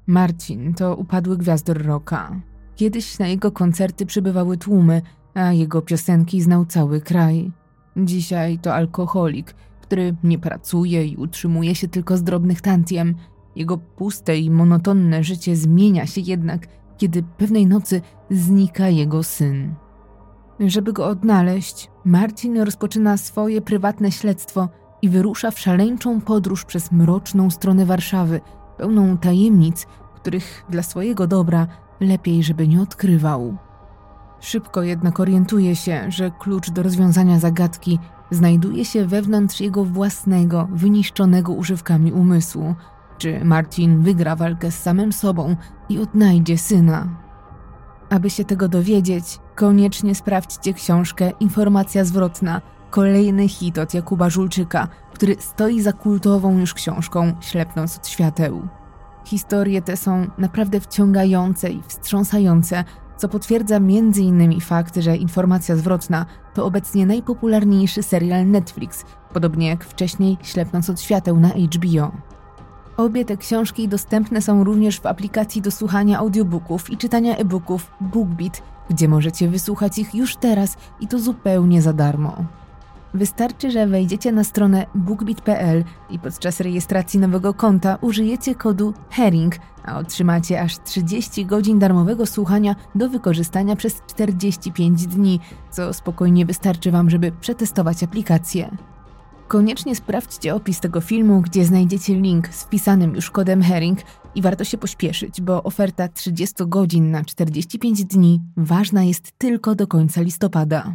Marcin to upadły gwiazdor rocka. Kiedyś na jego koncerty przybywały tłumy, a jego piosenki znał cały kraj. Dzisiaj to alkoholik, który nie pracuje i utrzymuje się tylko z drobnych tantiem. Jego puste i monotonne życie zmienia się jednak, kiedy pewnej nocy znika jego syn. Żeby go odnaleźć, Marcin rozpoczyna swoje prywatne śledztwo i wyrusza w szaleńczą podróż przez mroczną stronę Warszawy, pełną tajemnic, których dla swojego dobra lepiej, żeby nie odkrywał. Szybko jednak orientuje się, że klucz do rozwiązania zagadki znajduje się wewnątrz jego własnego, wyniszczonego używkami umysłu. Czy Marcin wygra walkę z samym sobą i odnajdzie syna? Aby się tego dowiedzieć, koniecznie sprawdźcie książkę Informacja zwrotna, kolejny hit od Jakuba Żulczyka, który stoi za kultową już książką Ślepnąc od świateł. Historie te są naprawdę wciągające i wstrząsające, co potwierdza m.in. fakt, że Informacja zwrotna to obecnie najpopularniejszy serial Netflix, podobnie jak wcześniej Ślepnąc od świateł na HBO. Obie te książki dostępne są również w aplikacji do słuchania audiobooków i czytania e-booków BookBeat, gdzie możecie wysłuchać ich już teraz i to zupełnie za darmo. Wystarczy, że wejdziecie na stronę bookbeat.pl i podczas rejestracji nowego konta użyjecie kodu HERRING, a otrzymacie aż 30 godzin darmowego słuchania do wykorzystania przez 45 dni, co spokojnie wystarczy Wam, żeby przetestować aplikację. Koniecznie sprawdźcie opis tego filmu, gdzie znajdziecie link z wpisanym już kodem HERRING i warto się pośpieszyć, bo oferta 30 godzin na 45 dni ważna jest tylko do końca listopada.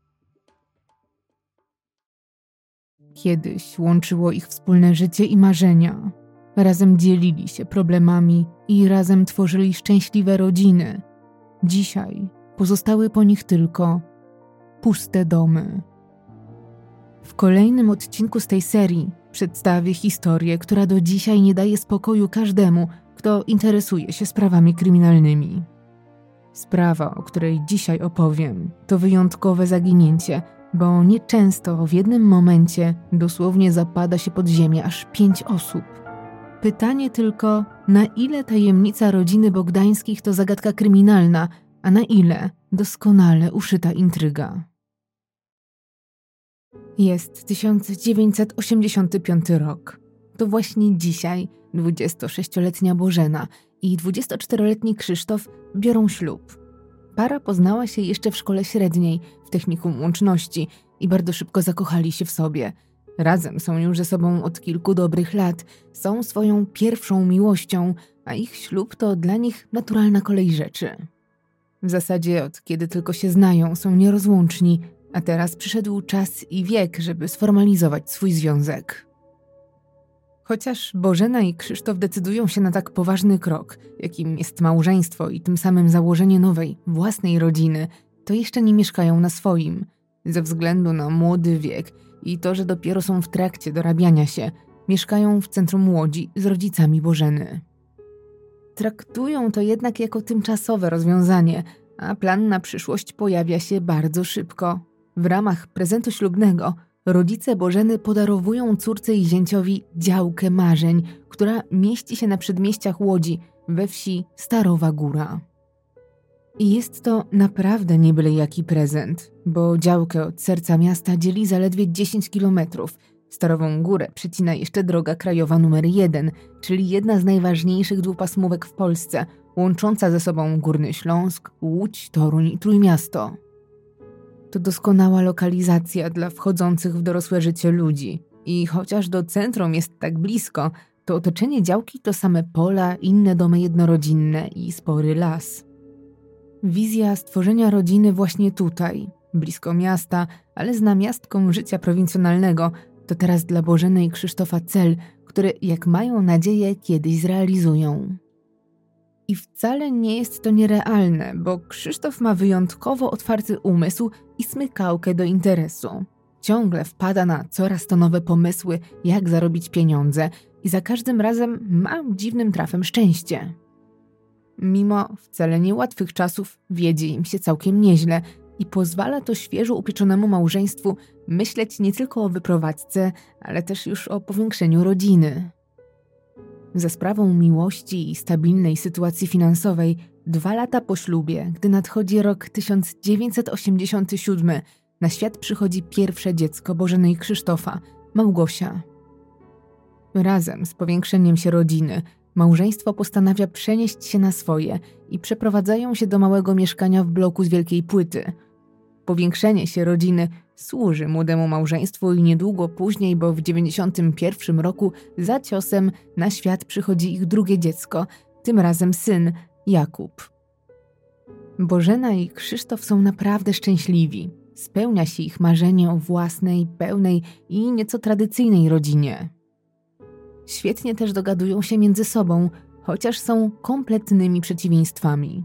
Kiedyś łączyło ich wspólne życie i marzenia. Razem dzielili się problemami i razem tworzyli szczęśliwe rodziny. Dzisiaj pozostały po nich tylko puste domy. W kolejnym odcinku z tej serii przedstawię historię, która do dzisiaj nie daje spokoju każdemu, kto interesuje się sprawami kryminalnymi. Sprawa, o której dzisiaj opowiem, to wyjątkowe zaginięcie, bo nieczęsto w jednym momencie dosłownie zapada się pod ziemię aż 5 osób. Pytanie tylko, na ile tajemnica rodziny Bogdańskich to zagadka kryminalna, a na ile doskonale uszyta intryga. Jest 1985 rok. To właśnie dzisiaj 26-letnia Bożena i 24-letni Krzysztof biorą ślub. Para poznała się jeszcze w szkole średniej, w technikum łączności i bardzo szybko zakochali się w sobie. Razem są już ze sobą od kilku dobrych lat, są swoją pierwszą miłością, a ich ślub to dla nich naturalna kolej rzeczy. W zasadzie od kiedy tylko się znają, są nierozłączni, a teraz przyszedł czas i wiek, żeby sformalizować swój związek. Chociaż Bożena i Krzysztof decydują się na tak poważny krok, jakim jest małżeństwo i tym samym założenie nowej, własnej rodziny, to jeszcze nie mieszkają na swoim. Ze względu na młody wiek i to, że dopiero są w trakcie dorabiania się, mieszkają w centrum Łodzi z rodzicami Bożeny. Traktują to jednak jako tymczasowe rozwiązanie, a plan na przyszłość pojawia się bardzo szybko. W ramach prezentu ślubnego rodzice Bożeny podarowują córce i zięciowi działkę marzeń, która mieści się na przedmieściach Łodzi, we wsi Starowa Góra. I jest to naprawdę nie byle jaki prezent, bo działkę od serca miasta dzieli zaledwie 10 kilometrów. Starową Górę przecina jeszcze droga krajowa numer 1, czyli jedna z najważniejszych dwupasmówek w Polsce, łącząca ze sobą Górny Śląsk, Łódź, Toruń i Trójmiasto. To doskonała lokalizacja dla wchodzących w dorosłe życie ludzi. I chociaż do centrum jest tak blisko, to otoczenie działki to same pola, inne domy jednorodzinne i spory las. Wizja stworzenia rodziny właśnie tutaj, blisko miasta, ale z namiastką życia prowincjonalnego, to teraz dla Bożeny i Krzysztofa cel, który, jak mają nadzieję, kiedyś zrealizują. I wcale nie jest to nierealne, bo Krzysztof ma wyjątkowo otwarty umysł i smykałkę do interesu. Ciągle wpada na coraz to nowe pomysły, jak zarobić pieniądze i za każdym razem ma dziwnym trafem szczęście. Mimo wcale niełatwych czasów wiedzie im się całkiem nieźle i pozwala to świeżo upieczonemu małżeństwu myśleć nie tylko o wyprowadzce, ale też już o powiększeniu rodziny. Za sprawą miłości i stabilnej sytuacji finansowej 2 lata po ślubie, gdy nadchodzi rok 1987, na świat przychodzi pierwsze dziecko Bożeny i Krzysztofa, Małgosia. Razem z powiększeniem się rodziny małżeństwo postanawia przenieść się na swoje i przeprowadzają się do małego mieszkania w bloku z wielkiej płyty. Powiększenie się rodziny służy młodemu małżeństwu i niedługo później, bo w 1991 roku za ciosem na świat przychodzi ich drugie dziecko, tym razem syn Jakub. Bożena i Krzysztof są naprawdę szczęśliwi. Spełnia się ich marzenie o własnej, pełnej i nieco tradycyjnej rodzinie. Świetnie też dogadują się między sobą, chociaż są kompletnymi przeciwieństwami.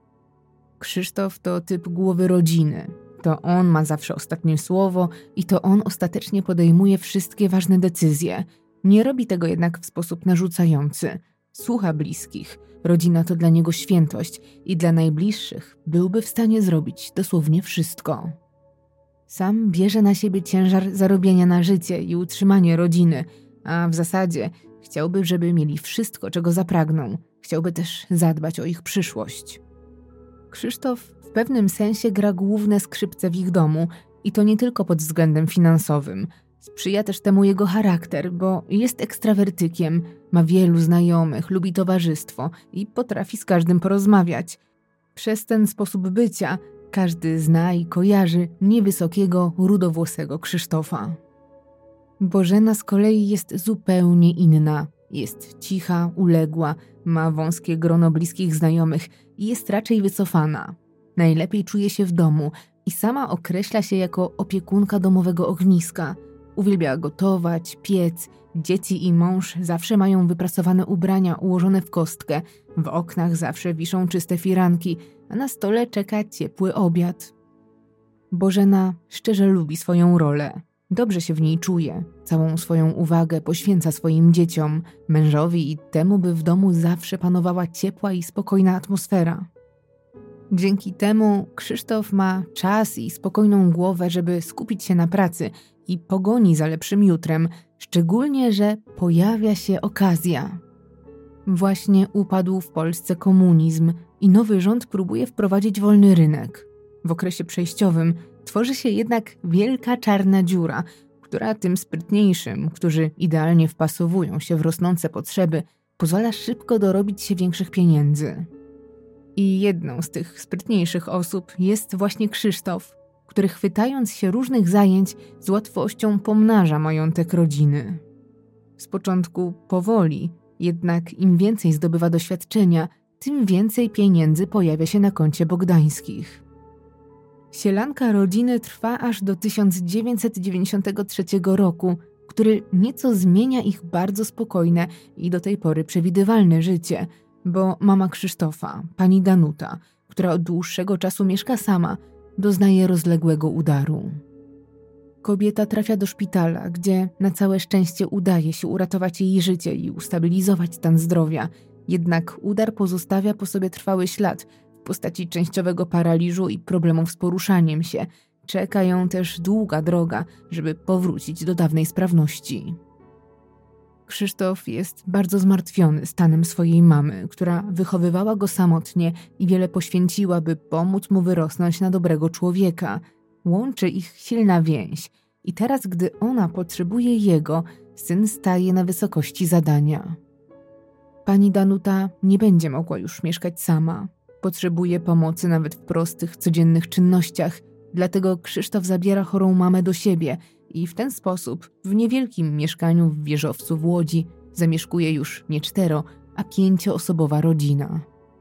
Krzysztof to typ głowy rodziny. To on ma zawsze ostatnie słowo i to on ostatecznie podejmuje wszystkie ważne decyzje. Nie robi tego jednak w sposób narzucający. Słucha bliskich. Rodzina to dla niego świętość i dla najbliższych byłby w stanie zrobić dosłownie wszystko. Sam bierze na siebie ciężar zarobienia na życie i utrzymanie rodziny, a w zasadzie chciałby, żeby mieli wszystko, czego zapragną. Chciałby też zadbać o ich przyszłość. Krzysztof w pewnym sensie gra główne skrzypce w ich domu i to nie tylko pod względem finansowym. Sprzyja też temu jego charakter, bo jest ekstrawertykiem, ma wielu znajomych, lubi towarzystwo i potrafi z każdym porozmawiać. Przez ten sposób bycia każdy zna i kojarzy niewysokiego, rudowłosego Krzysztofa. Bożena z kolei jest zupełnie inna. Jest cicha, uległa, ma wąskie grono bliskich znajomych i jest raczej wycofana. Najlepiej czuje się w domu i sama określa się jako opiekunka domowego ogniska. Uwielbia gotować, piec, dzieci i mąż zawsze mają wyprasowane ubrania ułożone w kostkę, w oknach zawsze wiszą czyste firanki, a na stole czeka ciepły obiad. Bożena szczerze lubi swoją rolę. Dobrze się w niej czuje, całą swoją uwagę poświęca swoim dzieciom, mężowi i temu, by w domu zawsze panowała ciepła i spokojna atmosfera. Dzięki temu Krzysztof ma czas i spokojną głowę, żeby skupić się na pracy i pogoni za lepszym jutrem, szczególnie, że pojawia się okazja. Właśnie upadł w Polsce komunizm i nowy rząd próbuje wprowadzić wolny rynek. W okresie przejściowym tworzy się jednak wielka czarna dziura, która tym sprytniejszym, którzy idealnie wpasowują się w rosnące potrzeby, pozwala szybko dorobić się większych pieniędzy. I jedną z tych sprytniejszych osób jest właśnie Krzysztof, który chwytając się różnych zajęć z łatwością pomnaża majątek rodziny. Z początku powoli, jednak im więcej zdobywa doświadczenia, tym więcej pieniędzy pojawia się na koncie Bogdańskich. Sielanka rodziny trwa aż do 1993 roku, który nieco zmienia ich bardzo spokojne i do tej pory przewidywalne życie, bo mama Krzysztofa, pani Danuta, która od dłuższego czasu mieszka sama, doznaje rozległego udaru. Kobieta trafia do szpitala, gdzie na całe szczęście udaje się uratować jej życie i ustabilizować stan zdrowia, jednak udar pozostawia po sobie trwały ślad w postaci częściowego paraliżu i problemów z poruszaniem się. Czeka ją też długa droga, żeby powrócić do dawnej sprawności. Krzysztof jest bardzo zmartwiony stanem swojej mamy, która wychowywała go samotnie i wiele poświęciła, by pomóc mu wyrosnąć na dobrego człowieka. Łączy ich silna więź i teraz, gdy ona potrzebuje jego, syn staje na wysokości zadania. Pani Danuta nie będzie mogła już mieszkać sama. Potrzebuje pomocy nawet w prostych, codziennych czynnościach, dlatego Krzysztof zabiera chorą mamę do siebie i w ten sposób w niewielkim mieszkaniu w Wieżowcu w Łodzi zamieszkuje już nie 4, a 5-osobowa rodzina.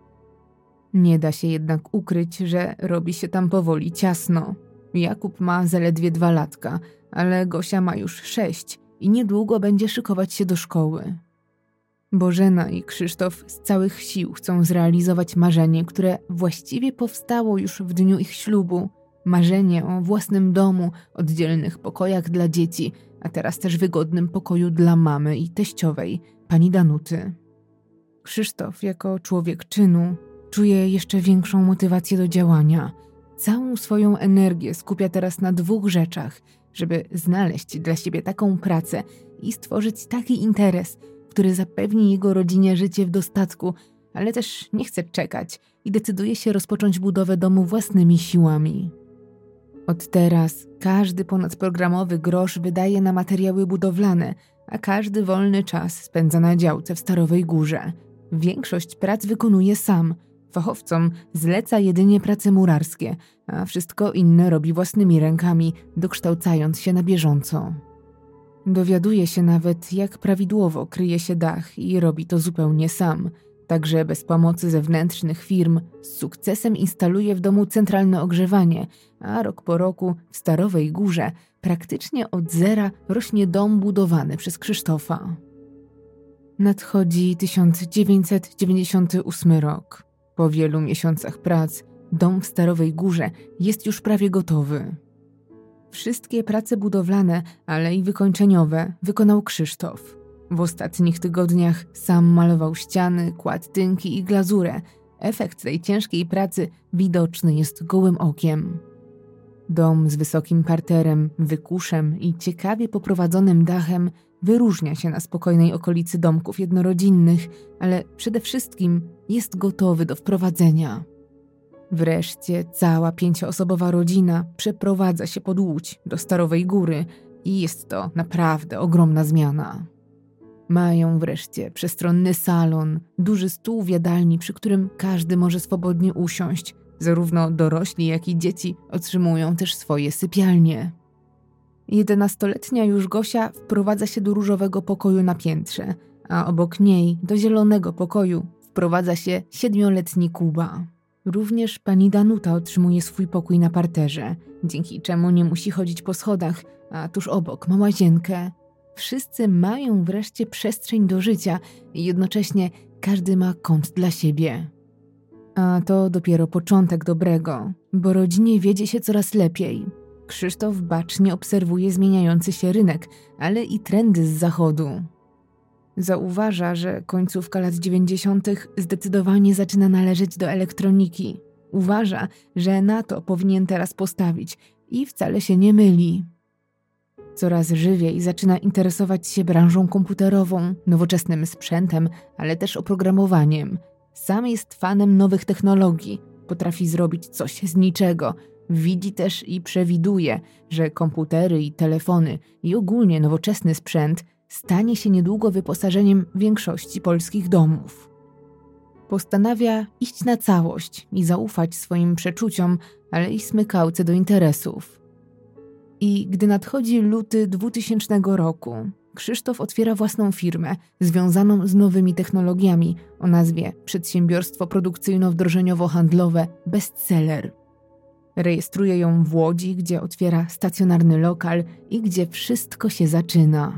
Nie da się jednak ukryć, że robi się tam powoli ciasno. Jakub ma zaledwie 2 latka, ale Gosia ma już 6 i niedługo będzie szykować się do szkoły. Bożena i Krzysztof z całych sił chcą zrealizować marzenie, które właściwie powstało już w dniu ich ślubu. Marzenie o własnym domu, oddzielnych pokojach dla dzieci, a teraz też wygodnym pokoju dla mamy i teściowej, pani Danuty. Krzysztof, jako człowiek czynu, czuje jeszcze większą motywację do działania. Całą swoją energię skupia teraz na 2 rzeczach, żeby znaleźć dla siebie taką pracę i stworzyć taki interes, w który zapewni jego rodzinie życie w dostatku, ale też nie chce czekać i decyduje się rozpocząć budowę domu własnymi siłami. Od teraz każdy ponadprogramowy grosz wydaje na materiały budowlane, a każdy wolny czas spędza na działce w Starowej Górze. Większość prac wykonuje sam. Fachowcom zleca jedynie prace murarskie, a wszystko inne robi własnymi rękami, dokształcając się na bieżąco. Dowiaduje się nawet, jak prawidłowo kryje się dach i robi to zupełnie sam. Także bez pomocy zewnętrznych firm z sukcesem instaluje w domu centralne ogrzewanie, a rok po roku w Starowej Górze praktycznie od zera rośnie dom budowany przez Krzysztofa. Nadchodzi 1998 rok. Po wielu miesiącach prac dom w Starowej Górze jest już prawie gotowy. Wszystkie prace budowlane, ale i wykończeniowe wykonał Krzysztof. W ostatnich tygodniach sam malował ściany, kładł tynki i glazurę. Efekt tej ciężkiej pracy widoczny jest gołym okiem. Dom z wysokim parterem, wykuszem i ciekawie poprowadzonym dachem wyróżnia się na spokojnej okolicy domków jednorodzinnych, ale przede wszystkim jest gotowy do wprowadzenia. Wreszcie cała 5-osobowa rodzina przeprowadza się pod Łódź do Starowej Góry i jest to naprawdę ogromna zmiana. Mają wreszcie przestronny salon, duży stół w jadalni, przy którym każdy może swobodnie usiąść. Zarówno dorośli, jak i dzieci otrzymują też swoje sypialnie. 11-letnia już Gosia wprowadza się do różowego pokoju na piętrze, a obok niej do zielonego pokoju wprowadza się 7-letni Kuba. Również pani Danuta otrzymuje swój pokój na parterze, dzięki czemu nie musi chodzić po schodach, a tuż obok ma łazienkę. Wszyscy mają wreszcie przestrzeń do życia i jednocześnie każdy ma kąt dla siebie. A to dopiero początek dobrego, bo rodzinie wiedzie się coraz lepiej. Krzysztof bacznie obserwuje zmieniający się rynek, ale i trendy z zachodu. Zauważa, że końcówka lat 90. zdecydowanie zaczyna należeć do elektroniki. Uważa, że na to powinien teraz postawić i wcale się nie myli. Coraz żywiej zaczyna interesować się branżą komputerową, nowoczesnym sprzętem, ale też oprogramowaniem. Sam jest fanem nowych technologii, potrafi zrobić coś z niczego. Widzi też i przewiduje, że komputery i telefony i ogólnie nowoczesny sprzęt stanie się niedługo wyposażeniem większości polskich domów. Postanawia iść na całość i zaufać swoim przeczuciom, ale i smykałce do interesów. I gdy nadchodzi luty 2000 roku, Krzysztof otwiera własną firmę związaną z nowymi technologiami o nazwie Przedsiębiorstwo Produkcyjno-Wdrożeniowo-Handlowe Bestseller. Rejestruje ją w Łodzi, gdzie otwiera stacjonarny lokal i gdzie wszystko się zaczyna.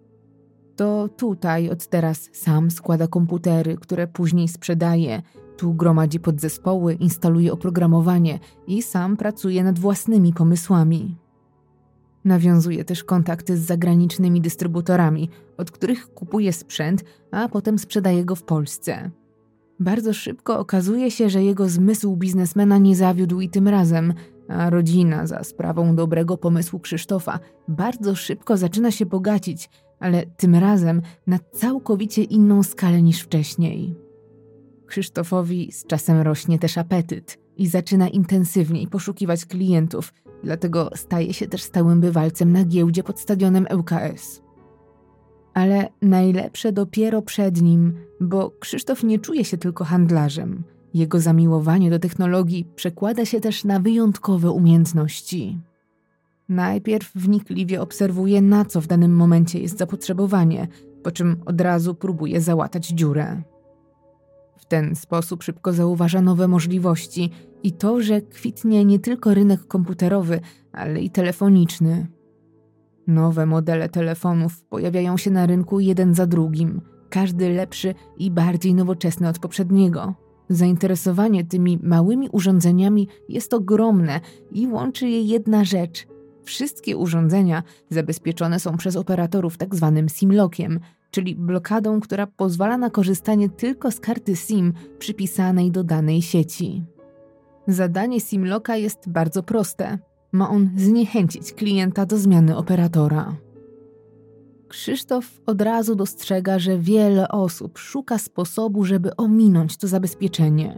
To tutaj od teraz sam składa komputery, które później sprzedaje, tu gromadzi podzespoły, instaluje oprogramowanie i sam pracuje nad własnymi pomysłami. Nawiązuje też kontakty z zagranicznymi dystrybutorami, od których kupuje sprzęt, a potem sprzedaje go w Polsce. Bardzo szybko okazuje się, że jego zmysł biznesmena nie zawiódł i tym razem, a rodzina za sprawą dobrego pomysłu Krzysztofa bardzo szybko zaczyna się bogacić, ale tym razem na całkowicie inną skalę niż wcześniej. Krzysztofowi z czasem rośnie też apetyt i zaczyna intensywniej poszukiwać klientów, dlatego staje się też stałym bywalcem na giełdzie pod stadionem ŁKS. Ale najlepsze dopiero przed nim, bo Krzysztof nie czuje się tylko handlarzem. Jego zamiłowanie do technologii przekłada się też na wyjątkowe umiejętności. Najpierw wnikliwie obserwuje, na co w danym momencie jest zapotrzebowanie, po czym od razu próbuje załatać dziurę. W ten sposób szybko zauważa nowe możliwości i to, że kwitnie nie tylko rynek komputerowy, ale i telefoniczny. Nowe modele telefonów pojawiają się na rynku jeden za drugim, każdy lepszy i bardziej nowoczesny od poprzedniego. Zainteresowanie tymi małymi urządzeniami jest ogromne i łączy je jedna rzecz. Wszystkie urządzenia zabezpieczone są przez operatorów tzw. SIM-lockiem, czyli blokadą, która pozwala na korzystanie tylko z karty SIM przypisanej do danej sieci. Zadanie SIM-locka jest bardzo proste. Ma on zniechęcić klienta do zmiany operatora. Krzysztof od razu dostrzega, że wiele osób szuka sposobu, żeby ominąć to zabezpieczenie.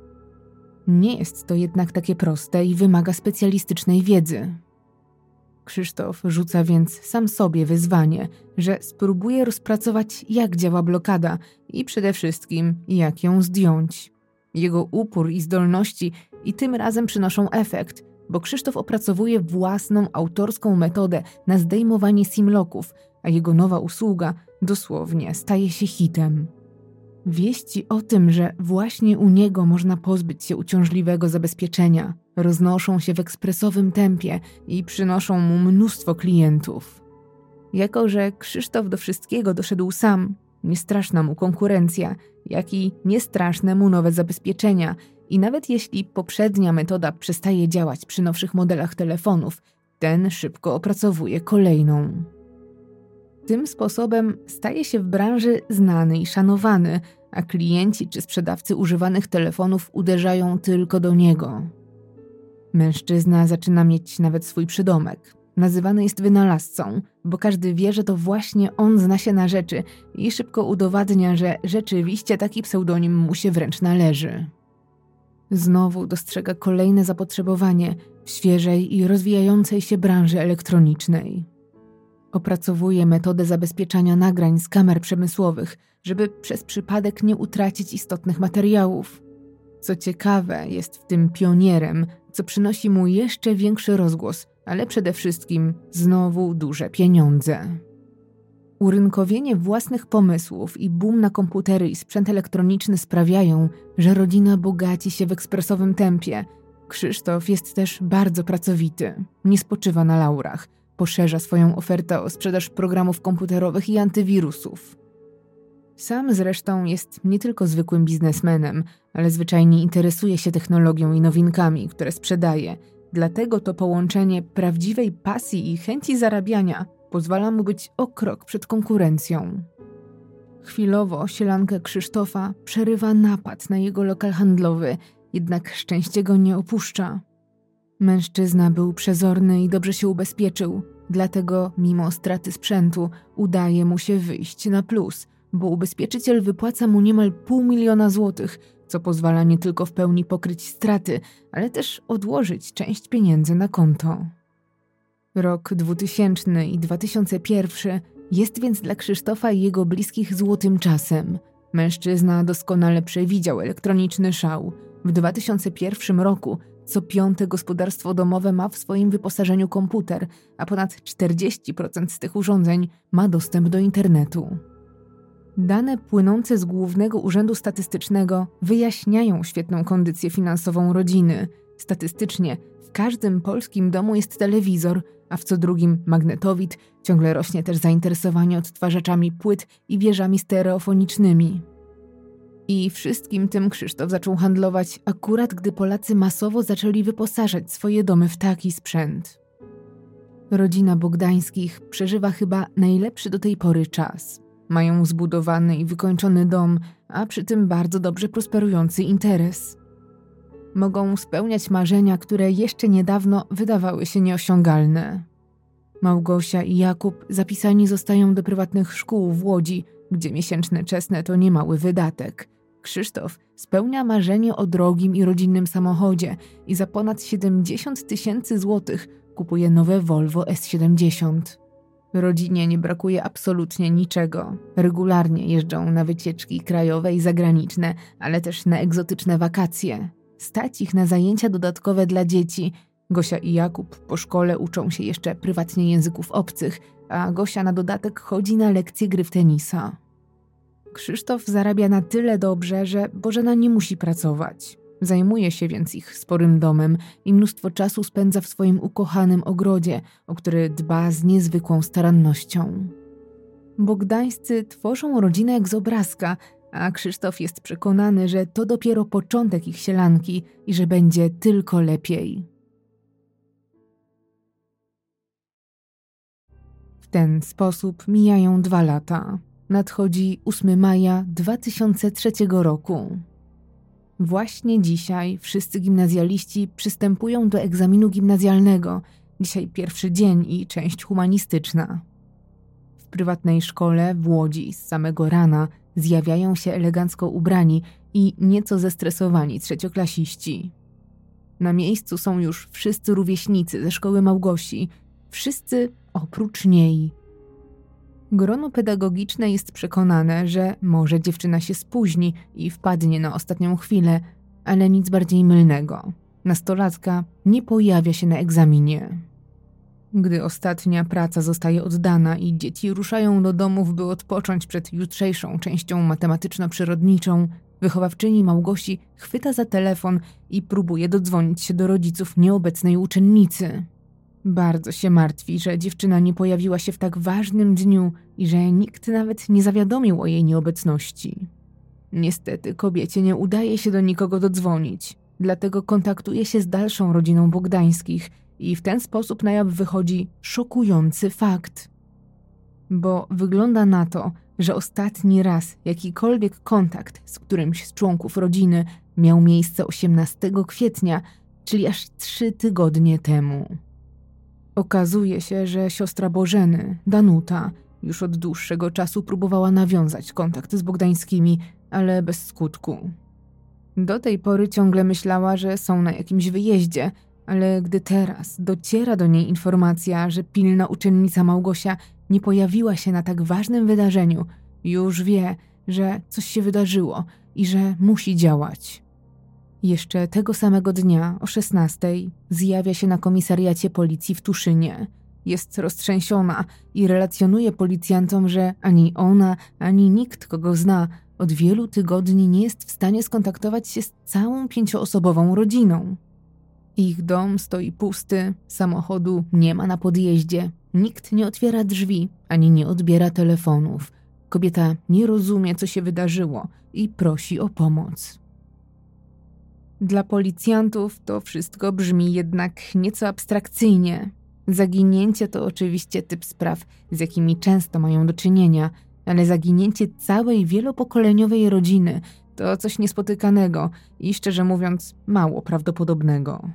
Nie jest to jednak takie proste i wymaga specjalistycznej wiedzy. Krzysztof rzuca więc sam sobie wyzwanie, że spróbuje rozpracować, jak działa blokada i przede wszystkim, jak ją zdjąć. Jego upór i zdolności i tym razem przynoszą efekt, bo Krzysztof opracowuje własną autorską metodę na zdejmowanie simlocków, a jego nowa usługa dosłownie staje się hitem. Wieści o tym, że właśnie u niego można pozbyć się uciążliwego zabezpieczenia, roznoszą się w ekspresowym tempie i przynoszą mu mnóstwo klientów. Jako że Krzysztof do wszystkiego doszedł sam, nie straszna mu konkurencja, jak i nie straszne mu nowe zabezpieczenia i nawet jeśli poprzednia metoda przestaje działać przy nowszych modelach telefonów, ten szybko opracowuje kolejną. Tym sposobem staje się w branży znany i szanowany, a klienci czy sprzedawcy używanych telefonów uderzają tylko do niego. Mężczyzna zaczyna mieć nawet swój przydomek. Nazywany jest wynalazcą, bo każdy wie, że to właśnie on zna się na rzeczy i szybko udowadnia, że rzeczywiście taki pseudonim mu się wręcz należy. Znowu dostrzega kolejne zapotrzebowanie w świeżej i rozwijającej się branży elektronicznej. Opracowuje metodę zabezpieczania nagrań z kamer przemysłowych, żeby przez przypadek nie utracić istotnych materiałów. Co ciekawe, jest w tym pionierem, co przynosi mu jeszcze większy rozgłos, ale przede wszystkim znowu duże pieniądze. Urynkowienie własnych pomysłów i boom na komputery i sprzęt elektroniczny sprawiają, że rodzina bogaci się w ekspresowym tempie. Krzysztof jest też bardzo pracowity, nie spoczywa na laurach, poszerza swoją ofertę o sprzedaż programów komputerowych i antywirusów. Sam zresztą jest nie tylko zwykłym biznesmenem, ale zwyczajnie interesuje się technologią i nowinkami, które sprzedaje. Dlatego to połączenie prawdziwej pasji i chęci zarabiania pozwala mu być o krok przed konkurencją. Chwilowo sielankę Krzysztofa przerywa napad na jego lokal handlowy, jednak szczęście go nie opuszcza. Mężczyzna był przezorny i dobrze się ubezpieczył, dlatego mimo straty sprzętu udaje mu się wyjść na plus, bo ubezpieczyciel wypłaca mu niemal 500 000 złotych, co pozwala nie tylko w pełni pokryć straty, ale też odłożyć część pieniędzy na konto. Rok 2000 i 2001 jest więc dla Krzysztofa i jego bliskich złotym czasem. Mężczyzna doskonale przewidział elektroniczny szał. W 2001 roku co 5. gospodarstwo domowe ma w swoim wyposażeniu komputer, a ponad 40% z tych urządzeń ma dostęp do internetu. Dane płynące z Głównego Urzędu Statystycznego wyjaśniają świetną kondycję finansową rodziny. Statystycznie w każdym polskim domu jest telewizor, a w co drugim magnetowid, ciągle rośnie też zainteresowanie odtwarzaczami płyt i wieżami stereofonicznymi. I wszystkim tym Krzysztof zaczął handlować akurat gdy Polacy masowo zaczęli wyposażać swoje domy w taki sprzęt. Rodzina Bogdańskich przeżywa chyba najlepszy do tej pory czas. Mają zbudowany i wykończony dom, a przy tym bardzo dobrze prosperujący interes. Mogą spełniać marzenia, które jeszcze niedawno wydawały się nieosiągalne. Małgosia i Jakub zapisani zostają do prywatnych szkół w Łodzi, gdzie miesięczne czesne to niemały wydatek. Krzysztof spełnia marzenie o drogim i rodzinnym samochodzie i za ponad 70 000 złotych kupuje nowe Volvo S70. Rodzinie nie brakuje absolutnie niczego. Regularnie jeżdżą na wycieczki krajowe i zagraniczne, ale też na egzotyczne wakacje. Stać ich na zajęcia dodatkowe dla dzieci. Gosia i Jakub po szkole uczą się jeszcze prywatnie języków obcych, a Gosia na dodatek chodzi na lekcje gry w tenisa. Krzysztof zarabia na tyle dobrze, że Bożena nie musi pracować. Zajmuje się więc ich sporym domem i mnóstwo czasu spędza w swoim ukochanym ogrodzie, o który dba z niezwykłą starannością. Bogdańscy tworzą rodzinę jak z obrazka, a Krzysztof jest przekonany, że to dopiero początek ich sielanki i że będzie tylko lepiej. W ten sposób mijają 2 lata. Nadchodzi 8 maja 2003 roku. Właśnie dzisiaj wszyscy gimnazjaliści przystępują do egzaminu gimnazjalnego. Dzisiaj pierwszy dzień i część humanistyczna. W prywatnej szkole w Łodzi z samego rana zjawiają się elegancko ubrani i nieco zestresowani trzecioklasiści. Na miejscu są już wszyscy rówieśnicy ze szkoły Małgosi, wszyscy oprócz niej. Grono pedagogiczne jest przekonane, że może dziewczyna się spóźni i wpadnie na ostatnią chwilę, ale nic bardziej mylnego. Nastolatka nie pojawia się na egzaminie. Gdy ostatnia praca zostaje oddana i dzieci ruszają do domów, by odpocząć przed jutrzejszą częścią matematyczno-przyrodniczą, wychowawczyni Małgosi chwyta za telefon i próbuje dodzwonić się do rodziców nieobecnej uczennicy. Bardzo się martwi, że dziewczyna nie pojawiła się w tak ważnym dniu i że nikt nawet nie zawiadomił o jej nieobecności. Niestety kobiecie nie udaje się do nikogo dodzwonić, dlatego kontaktuje się z dalszą rodziną Bogdańskich i w ten sposób na jaw wychodzi szokujący fakt. Bo wygląda na to, że ostatni raz jakikolwiek kontakt z którymś z członków rodziny miał miejsce 18 kwietnia, czyli aż 3 tygodnie temu. Okazuje się, że siostra Bożeny, Danuta, już od dłuższego czasu próbowała nawiązać kontakt z Bogdańskimi, ale bez skutku. Do tej pory ciągle myślała, że są na jakimś wyjeździe, ale gdy teraz dociera do niej informacja, że pilna uczennica Małgosia nie pojawiła się na tak ważnym wydarzeniu, już wie, że coś się wydarzyło i że musi działać. Jeszcze tego samego dnia o 16:00 zjawia się na komisariacie policji w Tuszynie. Jest roztrzęsiona i relacjonuje policjantom, że ani ona, ani nikt, kogo zna, od wielu tygodni nie jest w stanie skontaktować się z całą 5-osobową rodziną. Ich dom stoi pusty, samochodu nie ma na podjeździe, nikt nie otwiera drzwi, ani nie odbiera telefonów. Kobieta nie rozumie, co się wydarzyło i prosi o pomoc. Dla policjantów to wszystko brzmi jednak nieco abstrakcyjnie. Zaginięcie to oczywiście typ spraw, z jakimi często mają do czynienia, ale zaginięcie całej wielopokoleniowej rodziny to coś niespotykanego i szczerze mówiąc mało prawdopodobnego.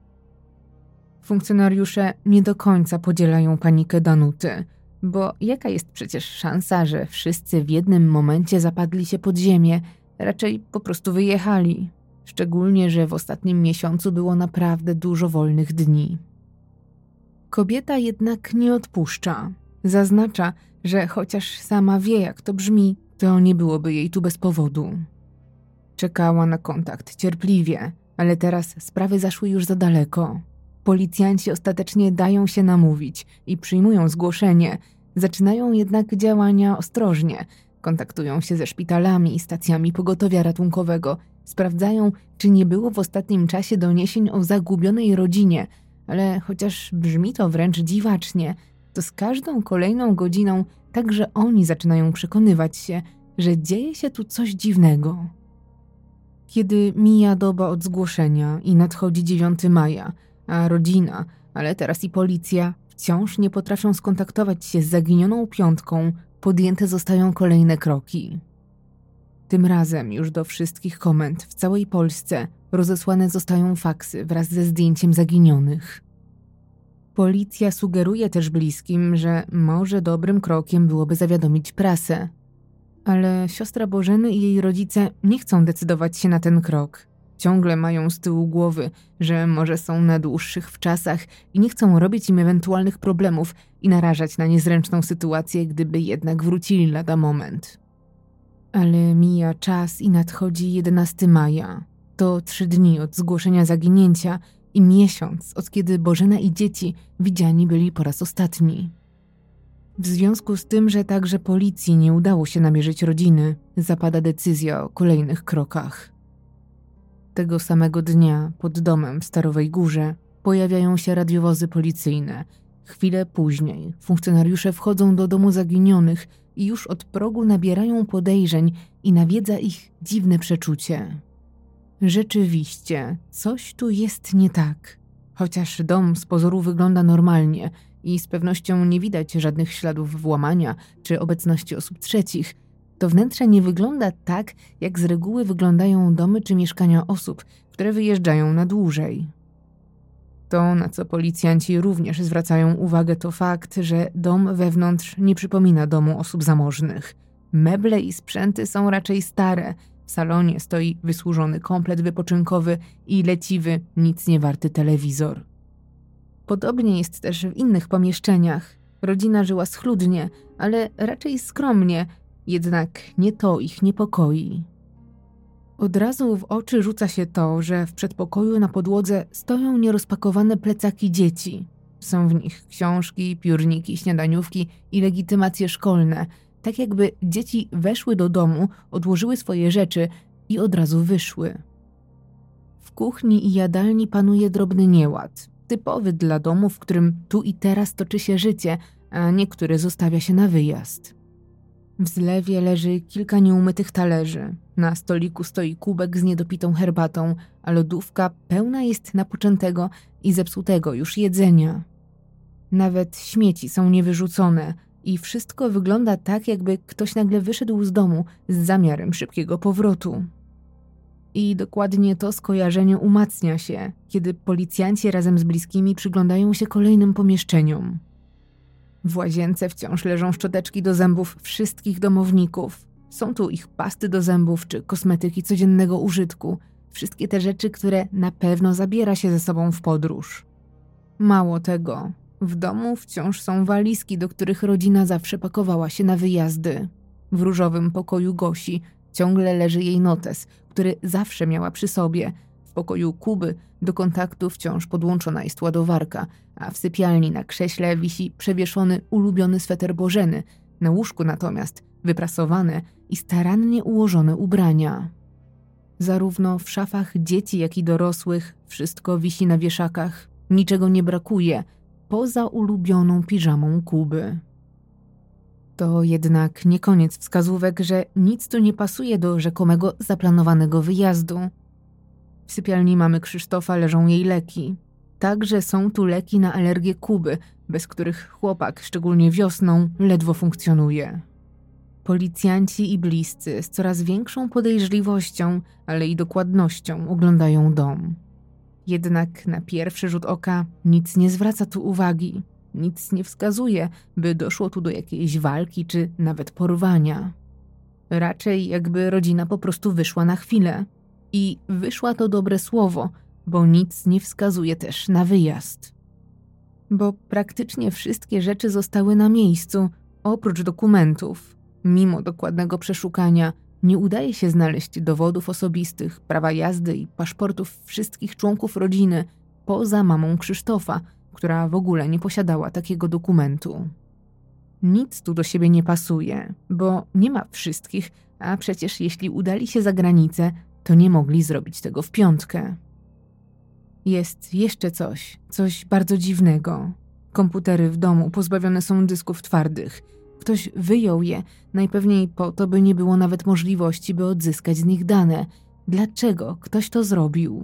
Funkcjonariusze nie do końca podzielają panikę Danuty, bo jaka jest przecież szansa, że wszyscy w jednym momencie zapadli się pod ziemię, raczej po prostu wyjechali. Szczególnie, że w ostatnim miesiącu było naprawdę dużo wolnych dni. Kobieta jednak nie odpuszcza. Zaznacza, że chociaż sama wie, jak to brzmi, to nie byłoby jej tu bez powodu. Czekała na kontakt cierpliwie, ale teraz sprawy zaszły już za daleko. Policjanci ostatecznie dają się namówić i przyjmują zgłoszenie, zaczynają jednak działania ostrożnie. Kontaktują się ze szpitalami i stacjami pogotowia ratunkowego, sprawdzają, czy nie było w ostatnim czasie doniesień o zagubionej rodzinie, ale chociaż brzmi to wręcz dziwacznie, to z każdą kolejną godziną także oni zaczynają przekonywać się, że dzieje się tu coś dziwnego. Kiedy mija doba od zgłoszenia i nadchodzi 9 maja, a rodzina, ale teraz i policja wciąż nie potrafią skontaktować się z zaginioną piątką, podjęte zostają kolejne kroki. Tym razem już do wszystkich komend w całej Polsce rozesłane zostają faksy wraz ze zdjęciem zaginionych. Policja sugeruje też bliskim, że może dobrym krokiem byłoby zawiadomić prasę. Ale siostra Bożeny i jej rodzice nie chcą decydować się na ten krok. Ciągle mają z tyłu głowy, że może są na dłuższych wczasach i nie chcą robić im ewentualnych problemów i narażać na niezręczną sytuację, gdyby jednak wrócili lada moment. Ale mija czas i nadchodzi 11 maja. To 3 dni od zgłoszenia zaginięcia i miesiąc, od kiedy Bożena i dzieci widziani byli po raz ostatni. W związku z tym, że także policji nie udało się namierzyć rodziny, zapada decyzja o kolejnych krokach. Tego samego dnia pod domem w Starowej Górze pojawiają się radiowozy policyjne. Chwilę później funkcjonariusze wchodzą do domu zaginionych i już od progu nabierają podejrzeń i nawiedza ich dziwne przeczucie. Rzeczywiście, coś tu jest nie tak. Chociaż dom z pozoru wygląda normalnie i z pewnością nie widać żadnych śladów włamania czy obecności osób trzecich, to wnętrze nie wygląda tak, jak z reguły wyglądają domy czy mieszkania osób, które wyjeżdżają na dłużej. To, na co policjanci również zwracają uwagę, to fakt, że dom wewnątrz nie przypomina domu osób zamożnych. Meble i sprzęty są raczej stare. W salonie stoi wysłużony komplet wypoczynkowy i leciwy, nic nie warty telewizor. Podobnie jest też w innych pomieszczeniach. Rodzina żyła schludnie, ale raczej skromnie, jednak nie to ich niepokoi. Od razu w oczy rzuca się to, że w przedpokoju na podłodze stoją nierozpakowane plecaki dzieci. Są w nich książki, piórniki, śniadaniówki i legitymacje szkolne, tak jakby dzieci weszły do domu, odłożyły swoje rzeczy i od razu wyszły. W kuchni i jadalni panuje drobny nieład, typowy dla domu, w którym tu i teraz toczy się życie, a niektóre zostawia się na wyjazd. W zlewie leży kilka nieumytych talerzy. Na stoliku stoi kubek z niedopitą herbatą, a lodówka pełna jest napoczętego i zepsutego już jedzenia. Nawet śmieci są niewyrzucone i wszystko wygląda tak, jakby ktoś nagle wyszedł z domu z zamiarem szybkiego powrotu. I dokładnie to skojarzenie umacnia się, kiedy policjanci razem z bliskimi przyglądają się kolejnym pomieszczeniom. W łazience wciąż leżą szczoteczki do zębów wszystkich domowników. Są tu ich pasty do zębów czy kosmetyki codziennego użytku. Wszystkie te rzeczy, które na pewno zabiera się ze sobą w podróż. Mało tego, w domu wciąż są walizki, do których rodzina zawsze pakowała się na wyjazdy. W różowym pokoju Gosi ciągle leży jej notes, który zawsze miała przy sobie. W pokoju Kuby do kontaktu wciąż podłączona jest ładowarka, a w sypialni na krześle wisi przewieszony ulubiony sweter Bożeny, na łóżku natomiast wyprasowane i starannie ułożone ubrania. Zarówno w szafach dzieci, jak i dorosłych wszystko wisi na wieszakach, niczego nie brakuje, poza ulubioną piżamą Kuby. To jednak nie koniec wskazówek, że nic tu nie pasuje do rzekomego zaplanowanego wyjazdu. W sypialni mamy Krzysztofa leżą jej leki. Także są tu leki na alergię Kuby, bez których chłopak, szczególnie wiosną, ledwo funkcjonuje. Policjanci i bliscy z coraz większą podejrzliwością, ale i dokładnością oglądają dom. Jednak na pierwszy rzut oka nic nie zwraca tu uwagi. Nic nie wskazuje, by doszło tu do jakiejś walki czy nawet porwania. Raczej jakby rodzina po prostu wyszła na chwilę. I wyszła to dobre słowo, bo nic nie wskazuje też na wyjazd. Bo praktycznie wszystkie rzeczy zostały na miejscu, oprócz dokumentów. Mimo dokładnego przeszukania nie udaje się znaleźć dowodów osobistych, prawa jazdy i paszportów wszystkich członków rodziny, poza mamą Krzysztofa, która w ogóle nie posiadała takiego dokumentu. Nic tu do siebie nie pasuje, bo nie ma wszystkich, a przecież jeśli udali się za granicę, to nie mogli zrobić tego w piątkę. Jest jeszcze coś bardzo dziwnego. Komputery w domu pozbawione są dysków twardych. Ktoś wyjął je, najpewniej po to, by nie było nawet możliwości, by odzyskać z nich dane. Dlaczego ktoś to zrobił?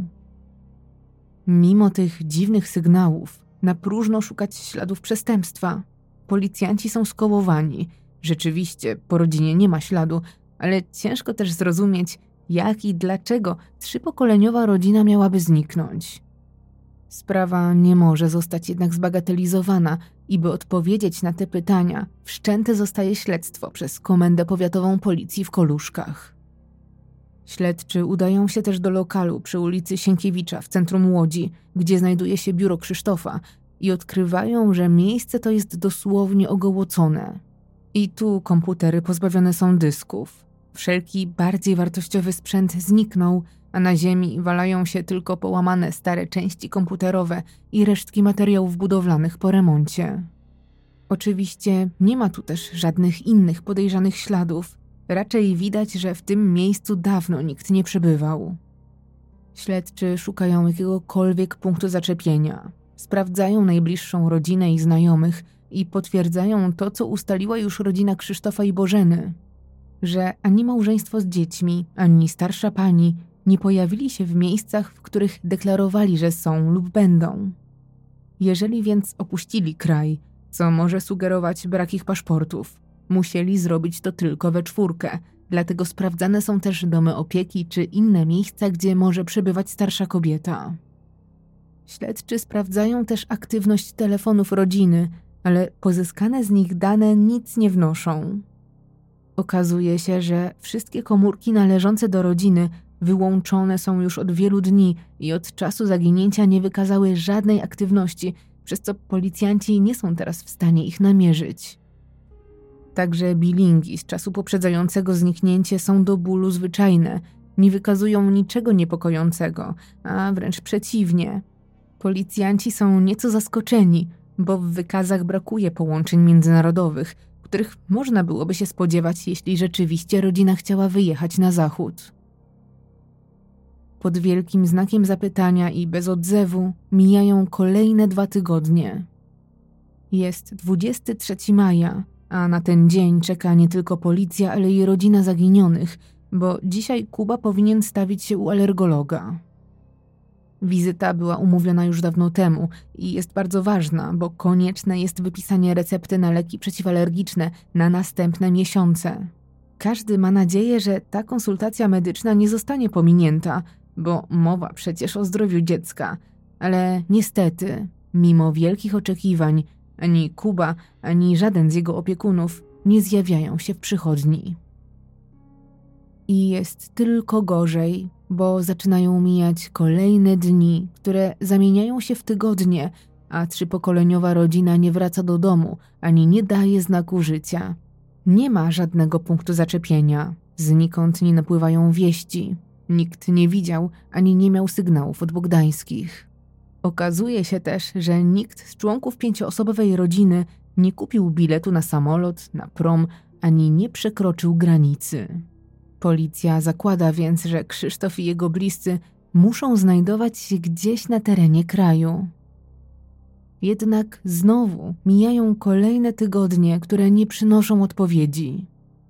Mimo tych dziwnych sygnałów, na próżno szukać śladów przestępstwa. Policjanci są skołowani. Rzeczywiście, po rodzinie nie ma śladu, ale ciężko też zrozumieć, jak i dlaczego 3-pokoleniowa rodzina miałaby zniknąć. Sprawa nie może zostać jednak zbagatelizowana i by odpowiedzieć na te pytania, wszczęte zostaje śledztwo przez Komendę Powiatową Policji w Koluszkach. Śledczy udają się też do lokalu przy ulicy Sienkiewicza w centrum Łodzi, gdzie znajduje się biuro Krzysztofa i odkrywają, że miejsce to jest dosłownie ogołocone. I tu komputery pozbawione są dysków. Wszelki bardziej wartościowy sprzęt zniknął, a na ziemi walają się tylko połamane stare części komputerowe i resztki materiałów budowlanych po remoncie. Oczywiście nie ma tu też żadnych innych podejrzanych śladów. Raczej widać, że w tym miejscu dawno nikt nie przebywał. Śledczy szukają jakiegokolwiek punktu zaczepienia. Sprawdzają najbliższą rodzinę i znajomych i potwierdzają to, co ustaliła już rodzina Krzysztofa i Bożeny. Że ani małżeństwo z dziećmi, ani starsza pani nie pojawili się w miejscach, w których deklarowali, że są lub będą. Jeżeli więc opuścili kraj, co może sugerować brak ich paszportów, musieli zrobić to tylko we 4, dlatego sprawdzane są też domy opieki czy inne miejsca, gdzie może przebywać starsza kobieta. Śledczy sprawdzają też aktywność telefonów rodziny, ale pozyskane z nich dane nic nie wnoszą. Okazuje się, że wszystkie komórki należące do rodziny wyłączone są już od wielu dni i od czasu zaginięcia nie wykazały żadnej aktywności, przez co policjanci nie są teraz w stanie ich namierzyć. Także bilingi z czasu poprzedzającego zniknięcie są do bólu zwyczajne, nie wykazują niczego niepokojącego, a wręcz przeciwnie. Policjanci są nieco zaskoczeni, bo w wykazach brakuje połączeń międzynarodowych, których można byłoby się spodziewać, jeśli rzeczywiście rodzina chciała wyjechać na zachód. Pod wielkim znakiem zapytania i bez odzewu mijają kolejne 2 tygodnie. Jest 23 maja, a na ten dzień czeka nie tylko policja, ale i rodzina zaginionych, bo dzisiaj Kuba powinien stawić się u alergologa. Wizyta była umówiona już dawno temu i jest bardzo ważna, bo konieczne jest wypisanie recepty na leki przeciwalergiczne na następne miesiące. Każdy ma nadzieję, że ta konsultacja medyczna nie zostanie pominięta, bo mowa przecież o zdrowiu dziecka. Ale niestety, mimo wielkich oczekiwań, ani Kuba, ani żaden z jego opiekunów nie zjawiają się w przychodni. I jest tylko gorzej, bo zaczynają mijać kolejne dni, które zamieniają się w tygodnie, a 3-pokoleniowa rodzina nie wraca do domu, ani nie daje znaku życia. Nie ma żadnego punktu zaczepienia, znikąd nie napływają wieści. Nikt nie widział, ani nie miał sygnałów od Bogdańskich. Okazuje się też, że nikt z członków 5-osobowej rodziny nie kupił biletu na samolot, na prom, ani nie przekroczył granicy. Policja zakłada więc, że Krzysztof i jego bliscy muszą znajdować się gdzieś na terenie kraju. Jednak znowu mijają kolejne tygodnie, które nie przynoszą odpowiedzi.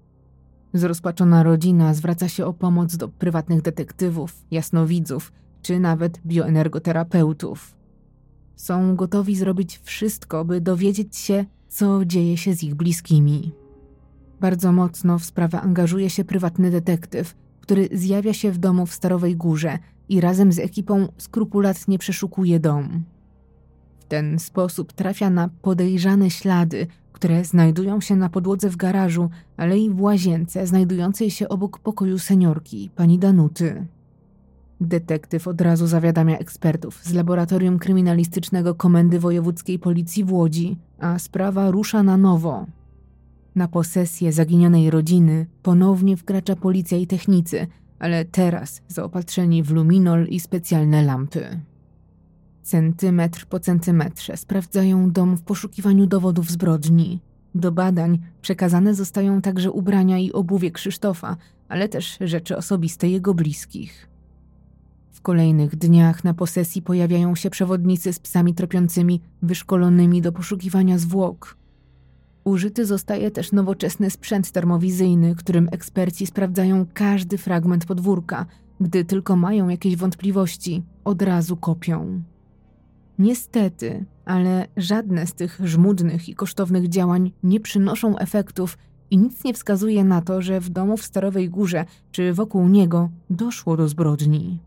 Zrozpaczona rodzina zwraca się o pomoc do prywatnych detektywów, jasnowidzów czy nawet bioenergoterapeutów. Są gotowi zrobić wszystko, by dowiedzieć się, co dzieje się z ich bliskimi. Bardzo mocno w sprawę angażuje się prywatny detektyw, który zjawia się w domu w Starowej Górze i razem z ekipą skrupulatnie przeszukuje dom. W ten sposób trafia na podejrzane ślady, które znajdują się na podłodze w garażu, ale i w łazience znajdującej się obok pokoju seniorki, pani Danuty. Detektyw od razu zawiadamia ekspertów z Laboratorium Kryminalistycznego Komendy Wojewódzkiej Policji w Łodzi, a sprawa rusza na nowo. Na posesję zaginionej rodziny ponownie wkracza policja i technicy, ale teraz zaopatrzeni w luminol i specjalne lampy. Centymetr po centymetrze sprawdzają dom w poszukiwaniu dowodów zbrodni. Do badań przekazane zostają także ubrania i obuwie Krzysztofa, ale też rzeczy osobiste jego bliskich. W kolejnych dniach na posesji pojawiają się przewodnicy z psami tropiącymi, wyszkolonymi do poszukiwania zwłok. Użyty zostaje też nowoczesny sprzęt termowizyjny, którym eksperci sprawdzają każdy fragment podwórka. Gdy tylko mają jakieś wątpliwości, od razu kopią. Niestety, ale żadne z tych żmudnych i kosztownych działań nie przynoszą efektów i nic nie wskazuje na to, że w domu w Starowej Górze czy wokół niego doszło do zbrodni.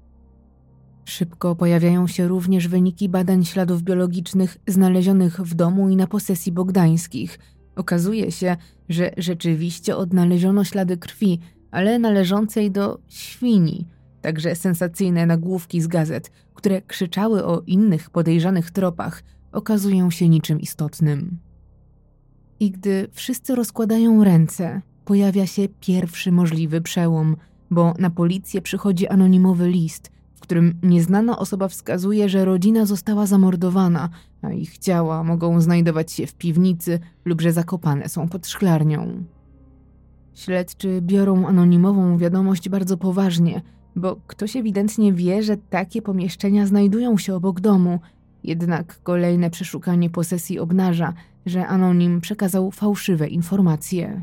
Szybko pojawiają się również wyniki badań śladów biologicznych znalezionych w domu i na posesji Bogdańskich. Okazuje się, że rzeczywiście odnaleziono ślady krwi, ale należącej do świni. Także sensacyjne nagłówki z gazet, które krzyczały o innych podejrzanych tropach, okazują się niczym istotnym. I gdy wszyscy rozkładają ręce, pojawia się pierwszy możliwy przełom, bo na policję przychodzi anonimowy list, w którym nieznana osoba wskazuje, że rodzina została zamordowana, a ich ciała mogą znajdować się w piwnicy lub że zakopane są pod szklarnią. Śledczy biorą anonimową wiadomość bardzo poważnie, bo ktoś ewidentnie wie, że takie pomieszczenia znajdują się obok domu, jednak kolejne przeszukanie posesji obnaża, że anonim przekazał fałszywe informacje.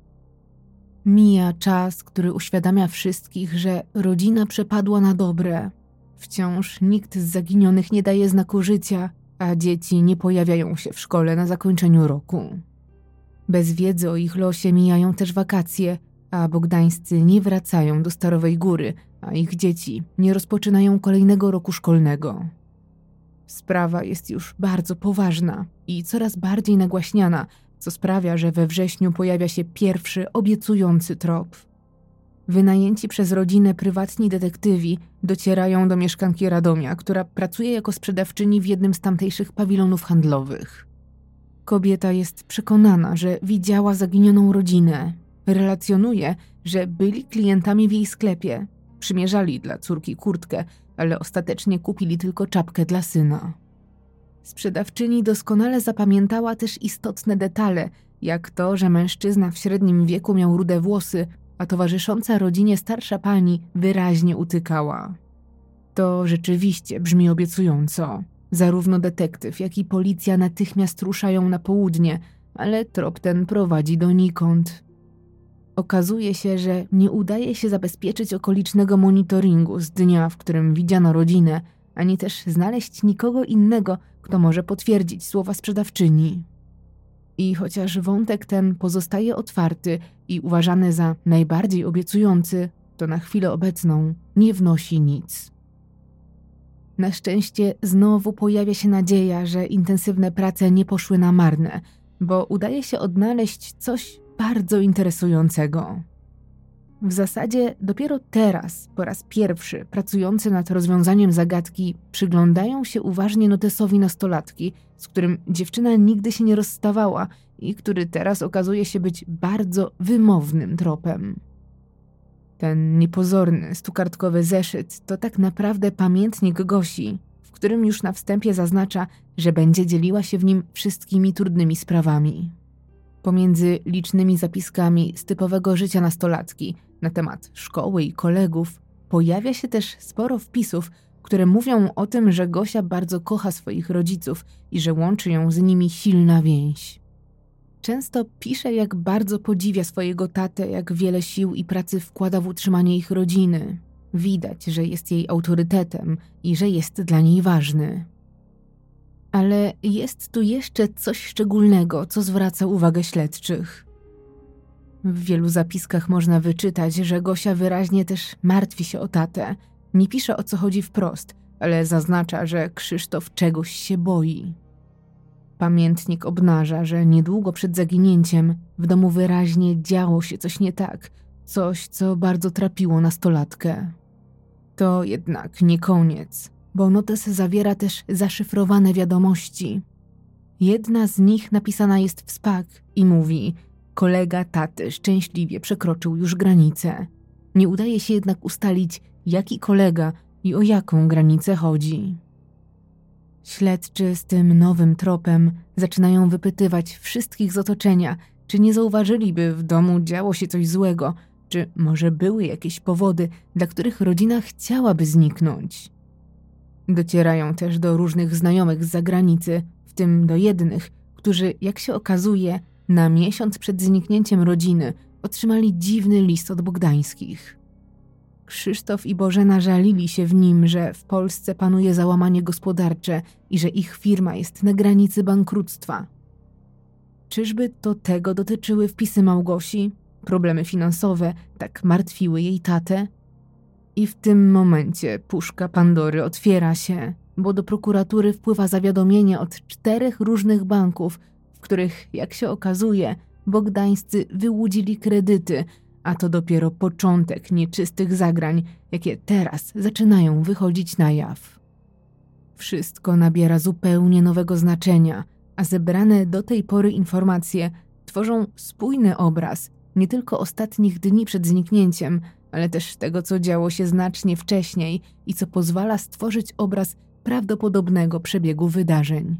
Mija czas, który uświadamia wszystkich, że rodzina przepadła na dobre. Wciąż nikt z zaginionych nie daje znaku życia, a dzieci nie pojawiają się w szkole na zakończeniu roku. Bez wiedzy o ich losie mijają też wakacje, a bogdańscy nie wracają do Starowej Góry, a ich dzieci nie rozpoczynają kolejnego roku szkolnego. Sprawa jest już bardzo poważna i coraz bardziej nagłaśniana, co sprawia, że we wrześniu pojawia się pierwszy obiecujący trop. Wynajęci przez rodzinę prywatni detektywi docierają do mieszkanki Radomia, która pracuje jako sprzedawczyni w jednym z tamtejszych pawilonów handlowych. Kobieta jest przekonana, że widziała zaginioną rodzinę. Relacjonuje, że byli klientami w jej sklepie. Przymierzali dla córki kurtkę, ale ostatecznie kupili tylko czapkę dla syna. Sprzedawczyni doskonale zapamiętała też istotne detale, jak to, że mężczyzna w średnim wieku miał rude włosy, a towarzysząca rodzinie starsza pani wyraźnie utykała. To rzeczywiście brzmi obiecująco. Zarówno detektyw, jak i policja natychmiast ruszają na południe, ale trop ten prowadzi donikąd. Okazuje się, że nie udaje się zabezpieczyć okolicznego monitoringu z dnia, w którym widziano rodzinę, ani też znaleźć nikogo innego, kto może potwierdzić słowa sprzedawczyni. I chociaż wątek ten pozostaje otwarty i uważany za najbardziej obiecujący, to na chwilę obecną nie wnosi nic. Na szczęście znowu pojawia się nadzieja, że intensywne prace nie poszły na marne, bo udaje się odnaleźć coś bardzo interesującego. W zasadzie dopiero teraz, po raz pierwszy, pracujący nad rozwiązaniem zagadki przyglądają się uważnie notesowi nastolatki, z którym dziewczyna nigdy się nie rozstawała i który teraz okazuje się być bardzo wymownym tropem. Ten niepozorny, stukartkowy zeszyt to tak naprawdę pamiętnik Gosi, w którym już na wstępie zaznacza, że będzie dzieliła się w nim wszystkimi trudnymi sprawami. Pomiędzy licznymi zapiskami z typowego życia nastolatki na temat szkoły i kolegów pojawia się też sporo wpisów, które mówią o tym, że Gosia bardzo kocha swoich rodziców i że łączy ją z nimi silna więź. Często pisze, jak bardzo podziwia swojego tatę, jak wiele sił i pracy wkłada w utrzymanie ich rodziny. Widać, że jest jej autorytetem i że jest dla niej ważny. Ale jest tu jeszcze coś szczególnego, co zwraca uwagę śledczych. W wielu zapiskach można wyczytać, że Gosia wyraźnie też martwi się o tatę. Nie pisze, o co chodzi wprost, ale zaznacza, że Krzysztof czegoś się boi. Pamiętnik obnaża, że niedługo przed zaginięciem w domu wyraźnie działo się coś nie tak, coś, co bardzo trapiło nastolatkę. To jednak nie koniec, bo notes zawiera też zaszyfrowane wiadomości. Jedna z nich napisana jest w spak i mówi: kolega taty szczęśliwie przekroczył już granicę. Nie udaje się jednak ustalić, jaki kolega i o jaką granicę chodzi. Śledczy z tym nowym tropem zaczynają wypytywać wszystkich z otoczenia, czy nie zauważyliby w domu działo się coś złego, czy może były jakieś powody, dla których rodzina chciałaby zniknąć. Docierają też do różnych znajomych z zagranicy, w tym do jednych, którzy, jak się okazuje, na miesiąc przed zniknięciem rodziny otrzymali dziwny list od Bogdańskich. Krzysztof i Bożena żalili się w nim, że w Polsce panuje załamanie gospodarcze i że ich firma jest na granicy bankructwa. Czyżby to tego dotyczyły wpisy Małgosi? Problemy finansowe tak martwiły jej tatę? I w tym momencie puszka Pandory otwiera się, bo do prokuratury wpływa zawiadomienie od 4 różnych banków, w których, jak się okazuje, bogdańscy wyłudzili kredyty, a to dopiero początek nieczystych zagrań, jakie teraz zaczynają wychodzić na jaw. Wszystko nabiera zupełnie nowego znaczenia, a zebrane do tej pory informacje tworzą spójny obraz nie tylko ostatnich dni przed zniknięciem, ale też tego, co działo się znacznie wcześniej i co pozwala stworzyć obraz prawdopodobnego przebiegu wydarzeń.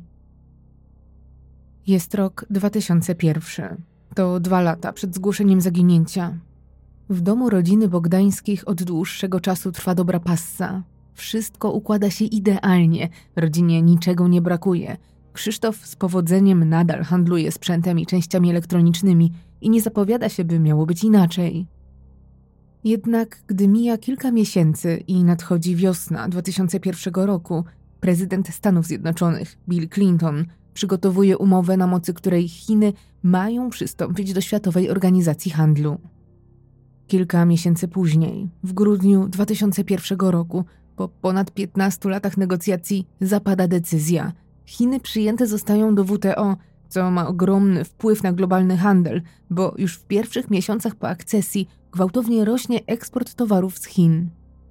Jest rok 2001. To 2 lata przed zgłoszeniem zaginięcia. W domu rodziny Bogdańskich od dłuższego czasu trwa dobra passa. Wszystko układa się idealnie, rodzinie niczego nie brakuje. Krzysztof z powodzeniem nadal handluje sprzętem i częściami elektronicznymi i nie zapowiada się, by miało być inaczej. Jednak gdy mija kilka miesięcy i nadchodzi wiosna 2001 roku, prezydent Stanów Zjednoczonych, Bill Clinton, przygotowuje umowę, na mocy której Chiny mają przystąpić do Światowej Organizacji Handlu. Kilka miesięcy później, w grudniu 2001 roku, Po ponad 15 latach negocjacji zapada decyzja. Chiny przyjęte zostają do WTO, co ma ogromny wpływ na globalny handel, bo już w pierwszych miesiącach po akcesji gwałtownie rośnie eksport towarów z Chin.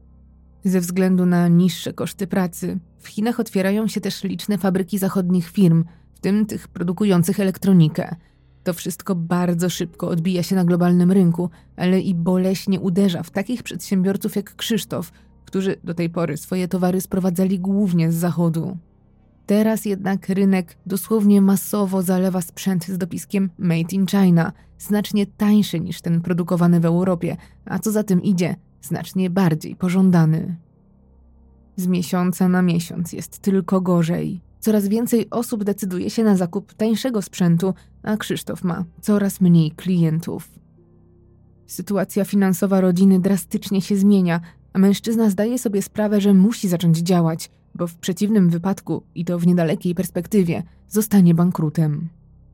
Ze względu na niższe koszty pracy, w Chinach otwierają się też liczne fabryki zachodnich firm, w tym tych produkujących elektronikę. To wszystko bardzo szybko odbija się na globalnym rynku, ale i boleśnie uderza w takich przedsiębiorców jak Krzysztof, którzy do tej pory swoje towary sprowadzali głównie z zachodu. Teraz jednak rynek dosłownie masowo zalewa sprzęt z dopiskiem Made in China, znacznie tańszy niż ten produkowany w Europie, a co za tym idzie, znacznie bardziej pożądany. Z miesiąca na miesiąc jest tylko gorzej. Coraz więcej osób decyduje się na zakup tańszego sprzętu, a Krzysztof ma coraz mniej klientów. Sytuacja finansowa rodziny drastycznie się zmienia, a mężczyzna zdaje sobie sprawę, że musi zacząć działać, bo w przeciwnym wypadku, i to w niedalekiej perspektywie, zostanie bankrutem.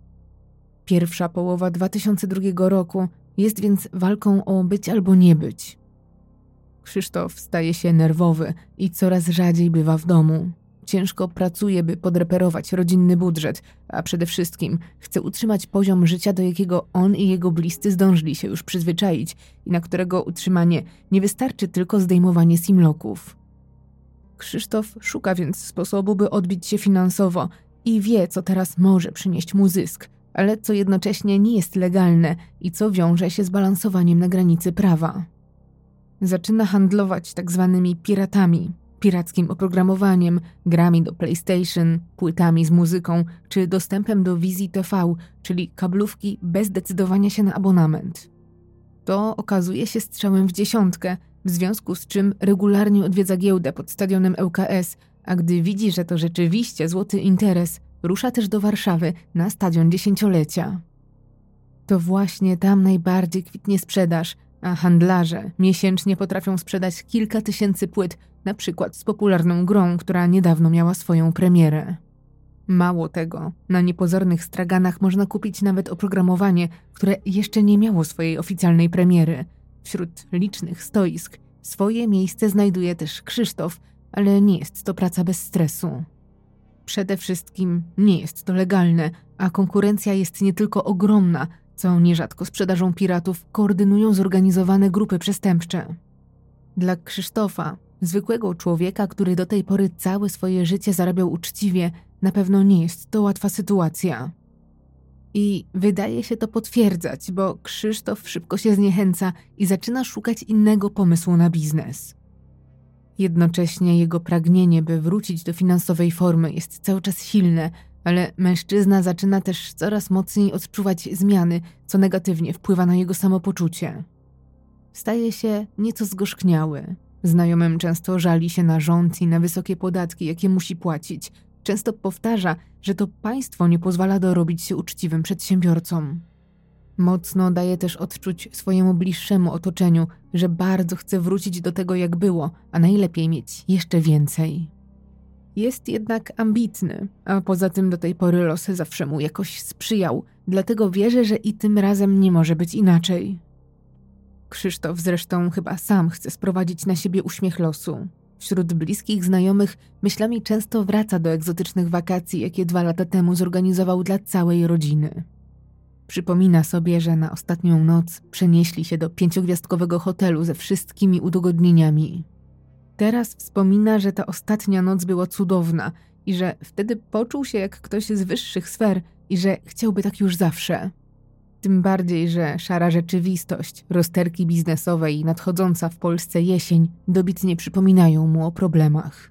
Pierwsza połowa 2002 roku jest więc walką o być albo nie być. Krzysztof staje się nerwowy i coraz rzadziej bywa w domu. Ciężko pracuje, by podreperować rodzinny budżet, a przede wszystkim chce utrzymać poziom życia, do jakiego on i jego bliscy zdążyli się już przyzwyczaić i na którego utrzymanie nie wystarczy tylko zdejmowanie simloków. Krzysztof szuka więc sposobu, by odbić się finansowo i wie, co teraz może przynieść mu zysk, ale co jednocześnie nie jest legalne i co wiąże się z balansowaniem na granicy prawa. Zaczyna handlować tak zwanymi piratami, pirackim oprogramowaniem, grami do PlayStation, płytami z muzyką czy dostępem do wizji TV, czyli kablówki bez decydowania się na abonament. To okazuje się strzałem w dziesiątkę, w związku z czym regularnie odwiedza giełdę pod stadionem ŁKS, a gdy widzi, że to rzeczywiście złoty interes, rusza też do Warszawy na stadion dziesięciolecia. To właśnie tam najbardziej kwitnie sprzedaż, a handlarze miesięcznie potrafią sprzedać kilka tysięcy płyt, na przykład z popularną grą, która niedawno miała swoją premierę. Mało tego, na niepozornych straganach można kupić nawet oprogramowanie, które jeszcze nie miało swojej oficjalnej premiery. Wśród licznych stoisk swoje miejsce znajduje też Krzysztof, ale nie jest to praca bez stresu. Przede wszystkim nie jest to legalne, a konkurencja jest nie tylko ogromna, co nierzadko sprzedażą piratów koordynują zorganizowane grupy przestępcze. Dla Krzysztofa, zwykłego człowieka, który do tej pory całe swoje życie zarabiał uczciwie, na pewno nie jest to łatwa sytuacja. I wydaje się to potwierdzać, bo Krzysztof szybko się zniechęca i zaczyna szukać innego pomysłu na biznes. Jednocześnie jego pragnienie, by wrócić do finansowej formy, jest cały czas silne, ale mężczyzna zaczyna też coraz mocniej odczuwać zmiany, co negatywnie wpływa na jego samopoczucie. Staje się nieco zgorzkniały. Znajomym często żali się na rząd i na wysokie podatki, jakie musi płacić. Często powtarza, że to państwo nie pozwala dorobić się uczciwym przedsiębiorcom. Mocno daje też odczuć swojemu bliższemu otoczeniu, że bardzo chce wrócić do tego, jak było, a najlepiej mieć jeszcze więcej. Jest jednak ambitny, a poza tym do tej pory los zawsze mu jakoś sprzyjał, dlatego wierzy, że i tym razem nie może być inaczej. Krzysztof zresztą chyba sam chce sprowadzić na siebie uśmiech losu. Wśród bliskich znajomych myślami często wraca do egzotycznych wakacji, jakie 2 lata temu zorganizował dla całej rodziny. Przypomina sobie, że na ostatnią noc przenieśli się do 5-gwiazdkowego hotelu ze wszystkimi udogodnieniami. Teraz wspomina, że ta ostatnia noc była cudowna i że wtedy poczuł się jak ktoś z wyższych sfer i że chciałby tak już zawsze. Tym bardziej, że szara rzeczywistość, rozterki biznesowe i nadchodząca w Polsce jesień dobitnie przypominają mu o problemach.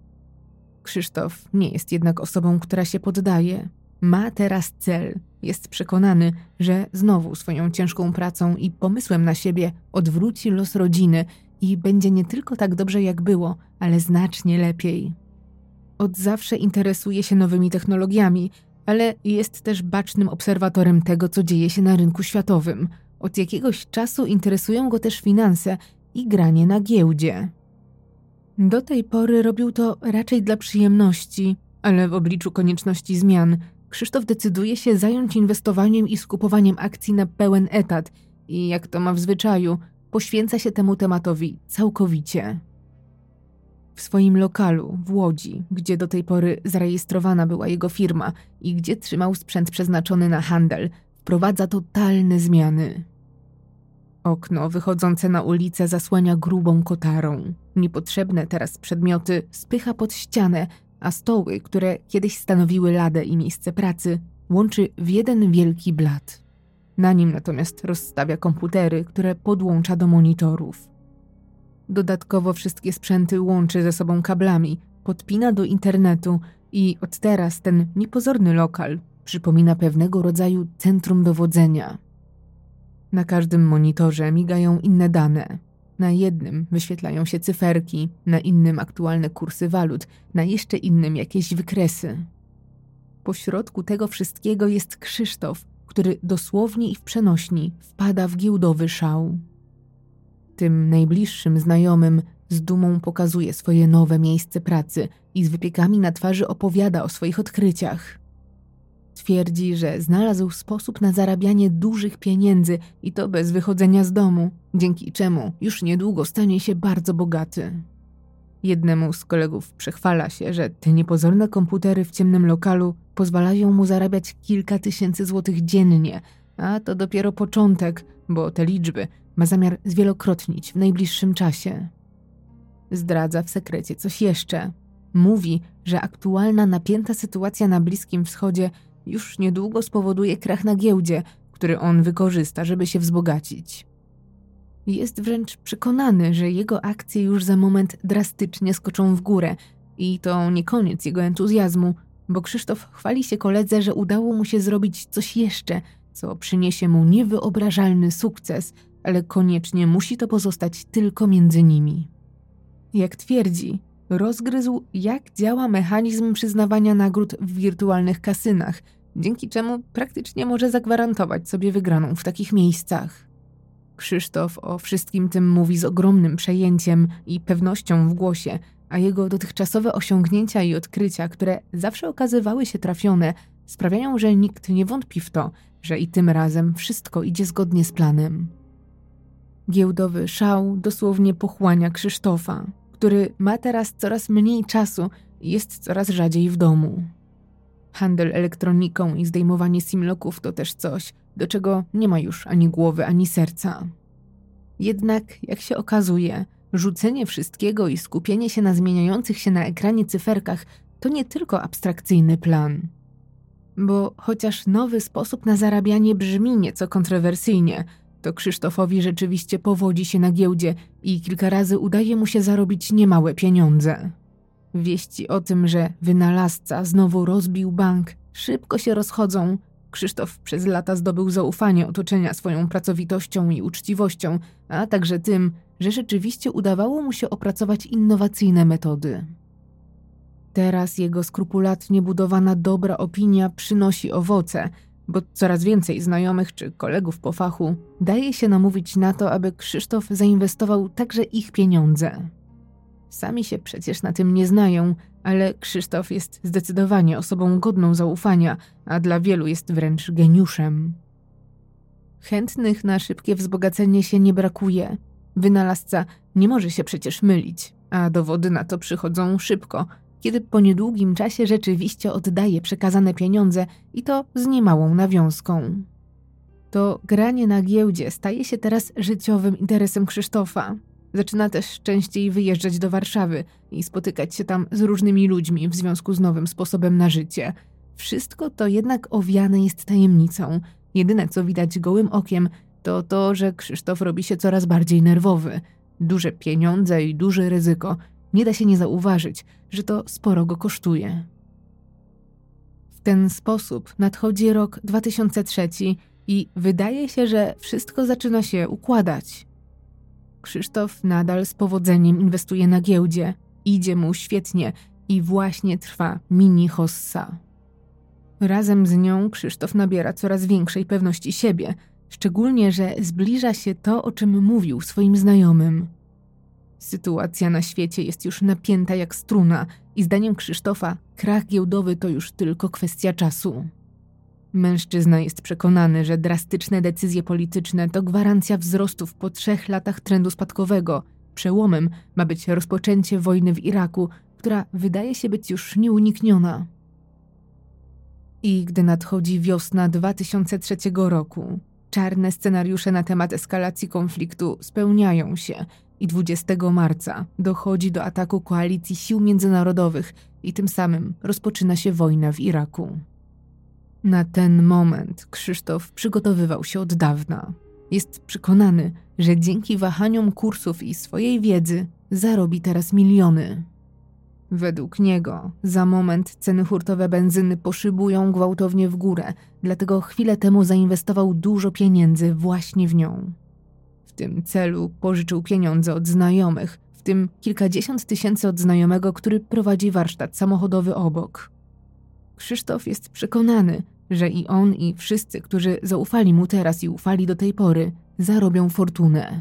Krzysztof nie jest jednak osobą, która się poddaje. Ma teraz cel. Jest przekonany, że znowu swoją ciężką pracą i pomysłem na siebie odwróci los rodziny i będzie nie tylko tak dobrze jak było, ale znacznie lepiej. Od zawsze interesuje się nowymi technologiami, ale jest też bacznym obserwatorem tego, co dzieje się na rynku światowym. Od jakiegoś czasu interesują go też finanse i granie na giełdzie. Do tej pory robił to raczej dla przyjemności, ale w obliczu konieczności zmian Krzysztof decyduje się zająć inwestowaniem i skupowaniem akcji na pełen etat i, jak to ma w zwyczaju, poświęca się temu tematowi całkowicie. W swoim lokalu w Łodzi, gdzie do tej pory zarejestrowana była jego firma i gdzie trzymał sprzęt przeznaczony na handel, wprowadza totalne zmiany. Okno wychodzące na ulicę zasłania grubą kotarą. Niepotrzebne teraz przedmioty spycha pod ścianę, a stoły, które kiedyś stanowiły ladę i miejsce pracy, łączy w jeden wielki blat. Na nim natomiast rozstawia komputery, które podłącza do monitorów. Dodatkowo wszystkie sprzęty łączy ze sobą kablami, podpina do internetu i od teraz ten niepozorny lokal przypomina pewnego rodzaju centrum dowodzenia. Na każdym monitorze migają inne dane. Na jednym wyświetlają się cyferki, na innym aktualne kursy walut, na jeszcze innym jakieś wykresy. Pośrodku tego wszystkiego jest Krzysztof, który dosłownie i w przenośni wpada w giełdowy szał. Tym najbliższym znajomym z dumą pokazuje swoje nowe miejsce pracy i z wypiekami na twarzy opowiada o swoich odkryciach. Twierdzi, że znalazł sposób na zarabianie dużych pieniędzy i to bez wychodzenia z domu, dzięki czemu już niedługo stanie się bardzo bogaty. Jednemu z kolegów przechwala się, że te niepozorne komputery w ciemnym lokalu pozwalają mu zarabiać kilka tysięcy złotych dziennie, a to dopiero początek, bo te liczby ma zamiar zwielokrotnić w najbliższym czasie. Zdradza w sekrecie coś jeszcze. Mówi, że aktualna napięta sytuacja na Bliskim Wschodzie już niedługo spowoduje krach na giełdzie, który on wykorzysta, żeby się wzbogacić. Jest wręcz przekonany, że jego akcje już za moment drastycznie skoczą w górę i to nie koniec jego entuzjazmu, bo Krzysztof chwali się koledze, że udało mu się zrobić coś jeszcze, co przyniesie mu niewyobrażalny sukces, ale koniecznie musi to pozostać tylko między nimi. Jak twierdzi, rozgryzł, jak działa mechanizm przyznawania nagród w wirtualnych kasynach, dzięki czemu praktycznie może zagwarantować sobie wygraną w takich miejscach. Krzysztof o wszystkim tym mówi z ogromnym przejęciem i pewnością w głosie, a jego dotychczasowe osiągnięcia i odkrycia, które zawsze okazywały się trafione, sprawiają, że nikt nie wątpi w to, że i tym razem wszystko idzie zgodnie z planem. Giełdowy szał dosłownie pochłania Krzysztofa, który ma teraz coraz mniej czasu i jest coraz rzadziej w domu. Handel elektroniką i zdejmowanie simloków to też coś, do czego nie ma już ani głowy, ani serca. Jednak, jak się okazuje, rzucenie wszystkiego i skupienie się na zmieniających się na ekranie cyferkach to nie tylko abstrakcyjny plan. Bo chociaż nowy sposób na zarabianie brzmi nieco kontrowersyjnie, to Krzysztofowi rzeczywiście powodzi się na giełdzie i kilka razy udaje mu się zarobić niemałe pieniądze. Wieści o tym, że wynalazca znowu rozbił bank, szybko się rozchodzą. Krzysztof przez lata zdobył zaufanie otoczenia swoją pracowitością i uczciwością, a także tym, że rzeczywiście udawało mu się opracować innowacyjne metody. Teraz jego skrupulatnie budowana dobra opinia przynosi owoce, bo coraz więcej znajomych czy kolegów po fachu daje się namówić na to, aby Krzysztof zainwestował także ich pieniądze. Sami się przecież na tym nie znają, ale Krzysztof jest zdecydowanie osobą godną zaufania, a dla wielu jest wręcz geniuszem. Chętnych na szybkie wzbogacenie się nie brakuje. Wynalazca nie może się przecież mylić, a dowody na to przychodzą szybko, kiedy po niedługim czasie rzeczywiście oddaje przekazane pieniądze i to z niemałą nawiązką. To granie na giełdzie staje się teraz życiowym interesem Krzysztofa. Zaczyna też częściej wyjeżdżać do Warszawy i spotykać się tam z różnymi ludźmi w związku z nowym sposobem na życie. Wszystko to jednak owiane jest tajemnicą. Jedyne, co widać gołym okiem, to to, że Krzysztof robi się coraz bardziej nerwowy. Duże pieniądze i duże ryzyko. Nie da się nie zauważyć, że to sporo go kosztuje. W ten sposób nadchodzi rok 2003 i wydaje się, że wszystko zaczyna się układać. Krzysztof nadal z powodzeniem inwestuje na giełdzie, idzie mu świetnie i właśnie trwa mini hossa. Razem z nią Krzysztof nabiera coraz większej pewności siebie, szczególnie, że zbliża się to, o czym mówił swoim znajomym. Sytuacja na świecie jest już napięta jak struna i zdaniem Krzysztofa krach giełdowy to już tylko kwestia czasu. Mężczyzna jest przekonany, że drastyczne decyzje polityczne to gwarancja wzrostów po 3 latach trendu spadkowego przełomem ma być rozpoczęcie wojny w Iraku, która wydaje się być już nieunikniona. I gdy nadchodzi wiosna 2003 roku, czarne scenariusze na temat eskalacji konfliktu spełniają się i 20 marca dochodzi do ataku koalicji sił międzynarodowych i tym samym rozpoczyna się wojna w Iraku. Na ten moment Krzysztof przygotowywał się od dawna. Jest przekonany, że dzięki wahaniom kursów i swojej wiedzy zarobi teraz miliony. Według niego za moment ceny hurtowe benzyny poszybują gwałtownie w górę, dlatego chwilę temu zainwestował dużo pieniędzy właśnie w nią. W tym celu pożyczył pieniądze od znajomych, w tym kilkadziesiąt tysięcy od znajomego, który prowadzi warsztat samochodowy obok. Krzysztof jest przekonany, że i on, i wszyscy, którzy zaufali mu teraz i ufali do tej pory, zarobią fortunę.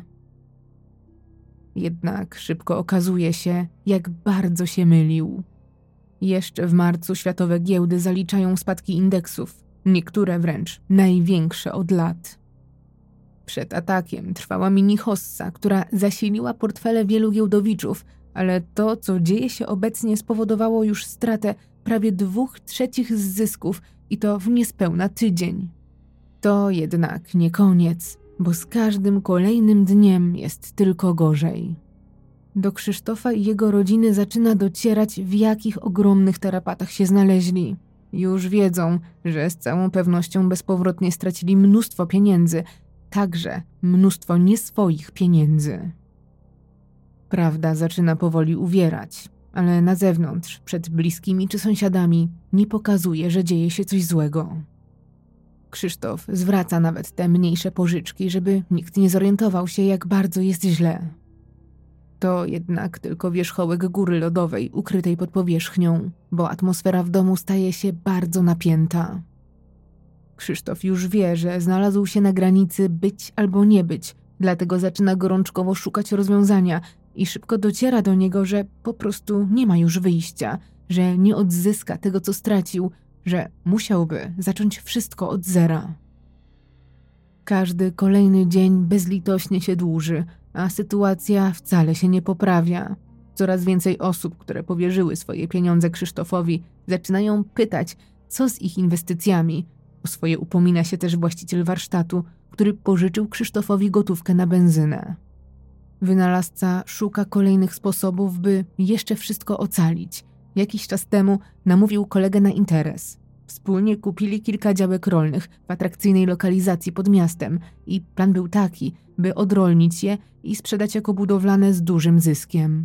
Jednak szybko okazuje się, jak bardzo się mylił. Jeszcze w marcu światowe giełdy zaliczają spadki indeksów, niektóre wręcz największe od lat. Przed atakiem trwała mini-hossa, która zasiliła portfele wielu giełdowiczów, ale to, co dzieje się obecnie, spowodowało już stratę prawie 2/3 z zysków i to w niespełna tydzień. To jednak nie koniec, bo z każdym kolejnym dniem jest tylko gorzej. Do Krzysztofa i jego rodziny zaczyna docierać, w jakich ogromnych tarapatach się znaleźli. Już wiedzą, że z całą pewnością bezpowrotnie stracili mnóstwo pieniędzy, także mnóstwo nieswoich pieniędzy. Prawda zaczyna powoli uwierać, ale na zewnątrz, przed bliskimi czy sąsiadami, nie pokazuje, że dzieje się coś złego. Krzysztof zwraca nawet te mniejsze pożyczki, żeby nikt nie zorientował się, jak bardzo jest źle. To jednak tylko wierzchołek góry lodowej ukrytej pod powierzchnią, bo atmosfera w domu staje się bardzo napięta. Krzysztof już wie, że znalazł się na granicy być albo nie być, dlatego zaczyna gorączkowo szukać rozwiązania i szybko dociera do niego, że po prostu nie ma już wyjścia, że nie odzyska tego, co stracił, że musiałby zacząć wszystko od zera. Każdy kolejny dzień bezlitośnie się dłuży, a sytuacja wcale się nie poprawia. Coraz więcej osób, które powierzyły swoje pieniądze Krzysztofowi, zaczynają pytać, co z ich inwestycjami. O swoje upomina się też właściciel warsztatu, który pożyczył Krzysztofowi gotówkę na benzynę. Wynalazca szuka kolejnych sposobów, by jeszcze wszystko ocalić. Jakiś czas temu namówił kolegę na interes. Wspólnie kupili kilka działek rolnych w atrakcyjnej lokalizacji pod miastem i plan był taki, by odrolnić je i sprzedać jako budowlane z dużym zyskiem.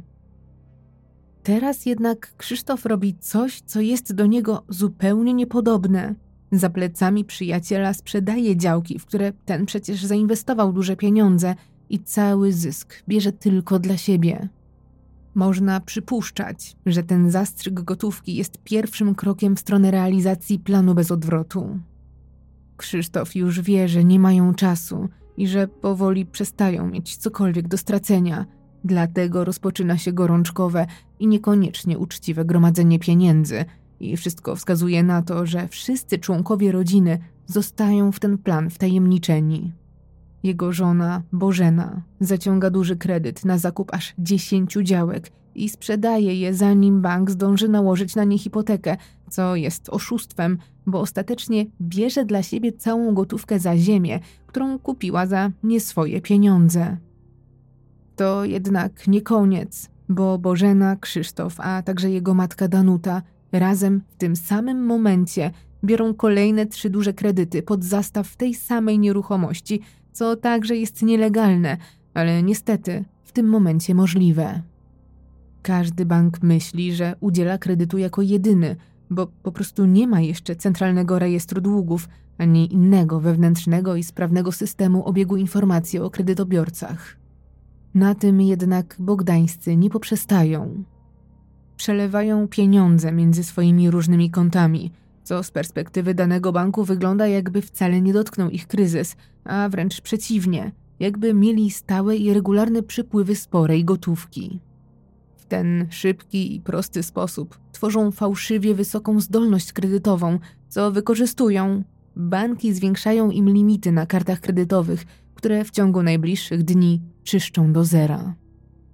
Teraz jednak Krzysztof robi coś, co jest do niego zupełnie niepodobne. Za plecami przyjaciela sprzedaje działki, w które ten przecież zainwestował duże pieniądze i cały zysk bierze tylko dla siebie. Można przypuszczać, że ten zastrzyk gotówki jest pierwszym krokiem w stronę realizacji planu bez odwrotu. Krzysztof już wie, że nie mają czasu i że powoli przestają mieć cokolwiek do stracenia, dlatego rozpoczyna się gorączkowe i niekoniecznie uczciwe gromadzenie pieniędzy i wszystko wskazuje na to, że wszyscy członkowie rodziny zostają w ten plan wtajemniczeni. Jego żona, Bożena, zaciąga duży kredyt na zakup aż 10 działek i sprzedaje je, zanim bank zdąży nałożyć na nie hipotekę, co jest oszustwem, bo ostatecznie bierze dla siebie całą gotówkę za ziemię, którą kupiła za nie swoje pieniądze. To jednak nie koniec, bo Bożena, Krzysztof, a także jego matka Danuta razem w tym samym momencie biorą kolejne 3 duże kredyty pod zastaw tej samej nieruchomości, co także jest nielegalne, ale niestety w tym momencie możliwe. Każdy bank myśli, że udziela kredytu jako jedyny, bo po prostu nie ma jeszcze centralnego rejestru długów, ani innego wewnętrznego i sprawnego systemu obiegu informacji o kredytobiorcach. Na tym jednak bogdańscy nie poprzestają. Przelewają pieniądze między swoimi różnymi kontami, co z perspektywy danego banku wygląda, jakby wcale nie dotknął ich kryzys, a wręcz przeciwnie, jakby mieli stałe i regularne przypływy sporej gotówki. W ten szybki i prosty sposób tworzą fałszywie wysoką zdolność kredytową, co wykorzystują. Banki zwiększają im limity na kartach kredytowych, które w ciągu najbliższych dni czyszczą do zera.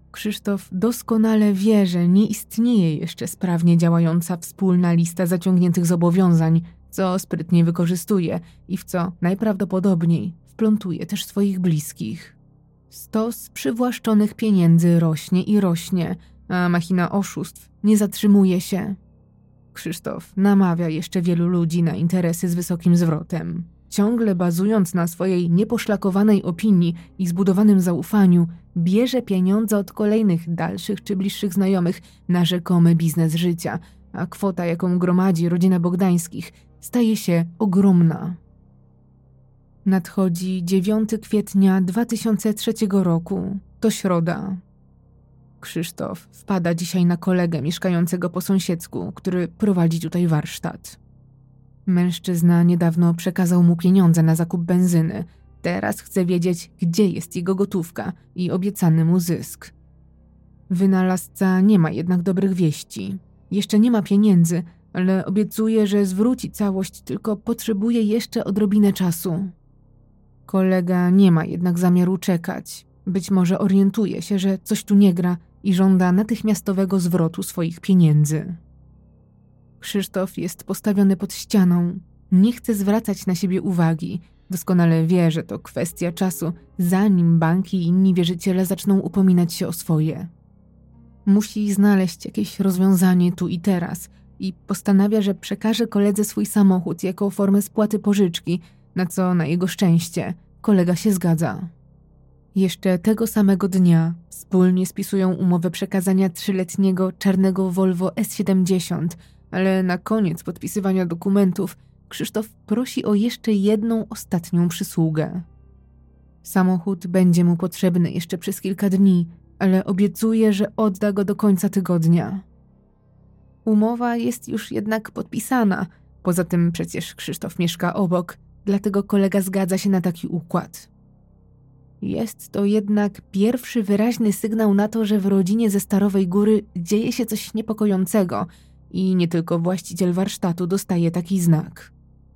Krzysztof doskonale wie, że nie istnieje jeszcze sprawnie działająca wspólna lista zaciągniętych zobowiązań, co sprytnie wykorzystuje i w co najprawdopodobniej wplątuje też swoich bliskich. Stos przywłaszczonych pieniędzy rośnie i rośnie, a machina oszustw nie zatrzymuje się. Krzysztof namawia jeszcze wielu ludzi na interesy z wysokim zwrotem. Ciągle bazując na swojej nieposzlakowanej opinii i zbudowanym zaufaniu, bierze pieniądze od kolejnych dalszych czy bliższych znajomych na rzekomy biznes życia, a kwota, jaką gromadzi rodzina Bogdańskich, staje się ogromna. Nadchodzi 9 kwietnia 2003 roku. To środa. Krzysztof wpada dzisiaj na kolegę mieszkającego po sąsiedzku, który prowadzi tutaj warsztat. Mężczyzna niedawno przekazał mu pieniądze na zakup benzyny. Teraz chce wiedzieć, gdzie jest jego gotówka i obiecany mu zysk. Wynalazca nie ma jednak dobrych wieści. Jeszcze nie ma pieniędzy, ale obiecuje, że zwróci całość, tylko potrzebuje jeszcze odrobinę czasu. Kolega nie ma jednak zamiaru czekać. Być może orientuje się, że coś tu nie gra i żąda natychmiastowego zwrotu swoich pieniędzy. Krzysztof jest postawiony pod ścianą. Nie chce zwracać na siebie uwagi. Doskonale wie, że to kwestia czasu, zanim banki i inni wierzyciele zaczną upominać się o swoje. Musi znaleźć jakieś rozwiązanie tu i teraz i postanawia, że przekaże koledze swój samochód jako formę spłaty pożyczki, na co na jego szczęście kolega się zgadza. Jeszcze tego samego dnia wspólnie spisują umowę przekazania 3-letniego czarnego Volvo S70, ale na koniec podpisywania dokumentów Krzysztof prosi o jeszcze jedną ostatnią przysługę. Samochód będzie mu potrzebny jeszcze przez kilka dni, ale obiecuje, że odda go do końca tygodnia. Umowa jest już jednak podpisana, poza tym przecież Krzysztof mieszka obok, dlatego kolega zgadza się na taki układ. Jest to jednak pierwszy wyraźny sygnał na to, że w rodzinie ze Starowej Góry dzieje się coś niepokojącego i nie tylko właściciel warsztatu dostaje taki znak.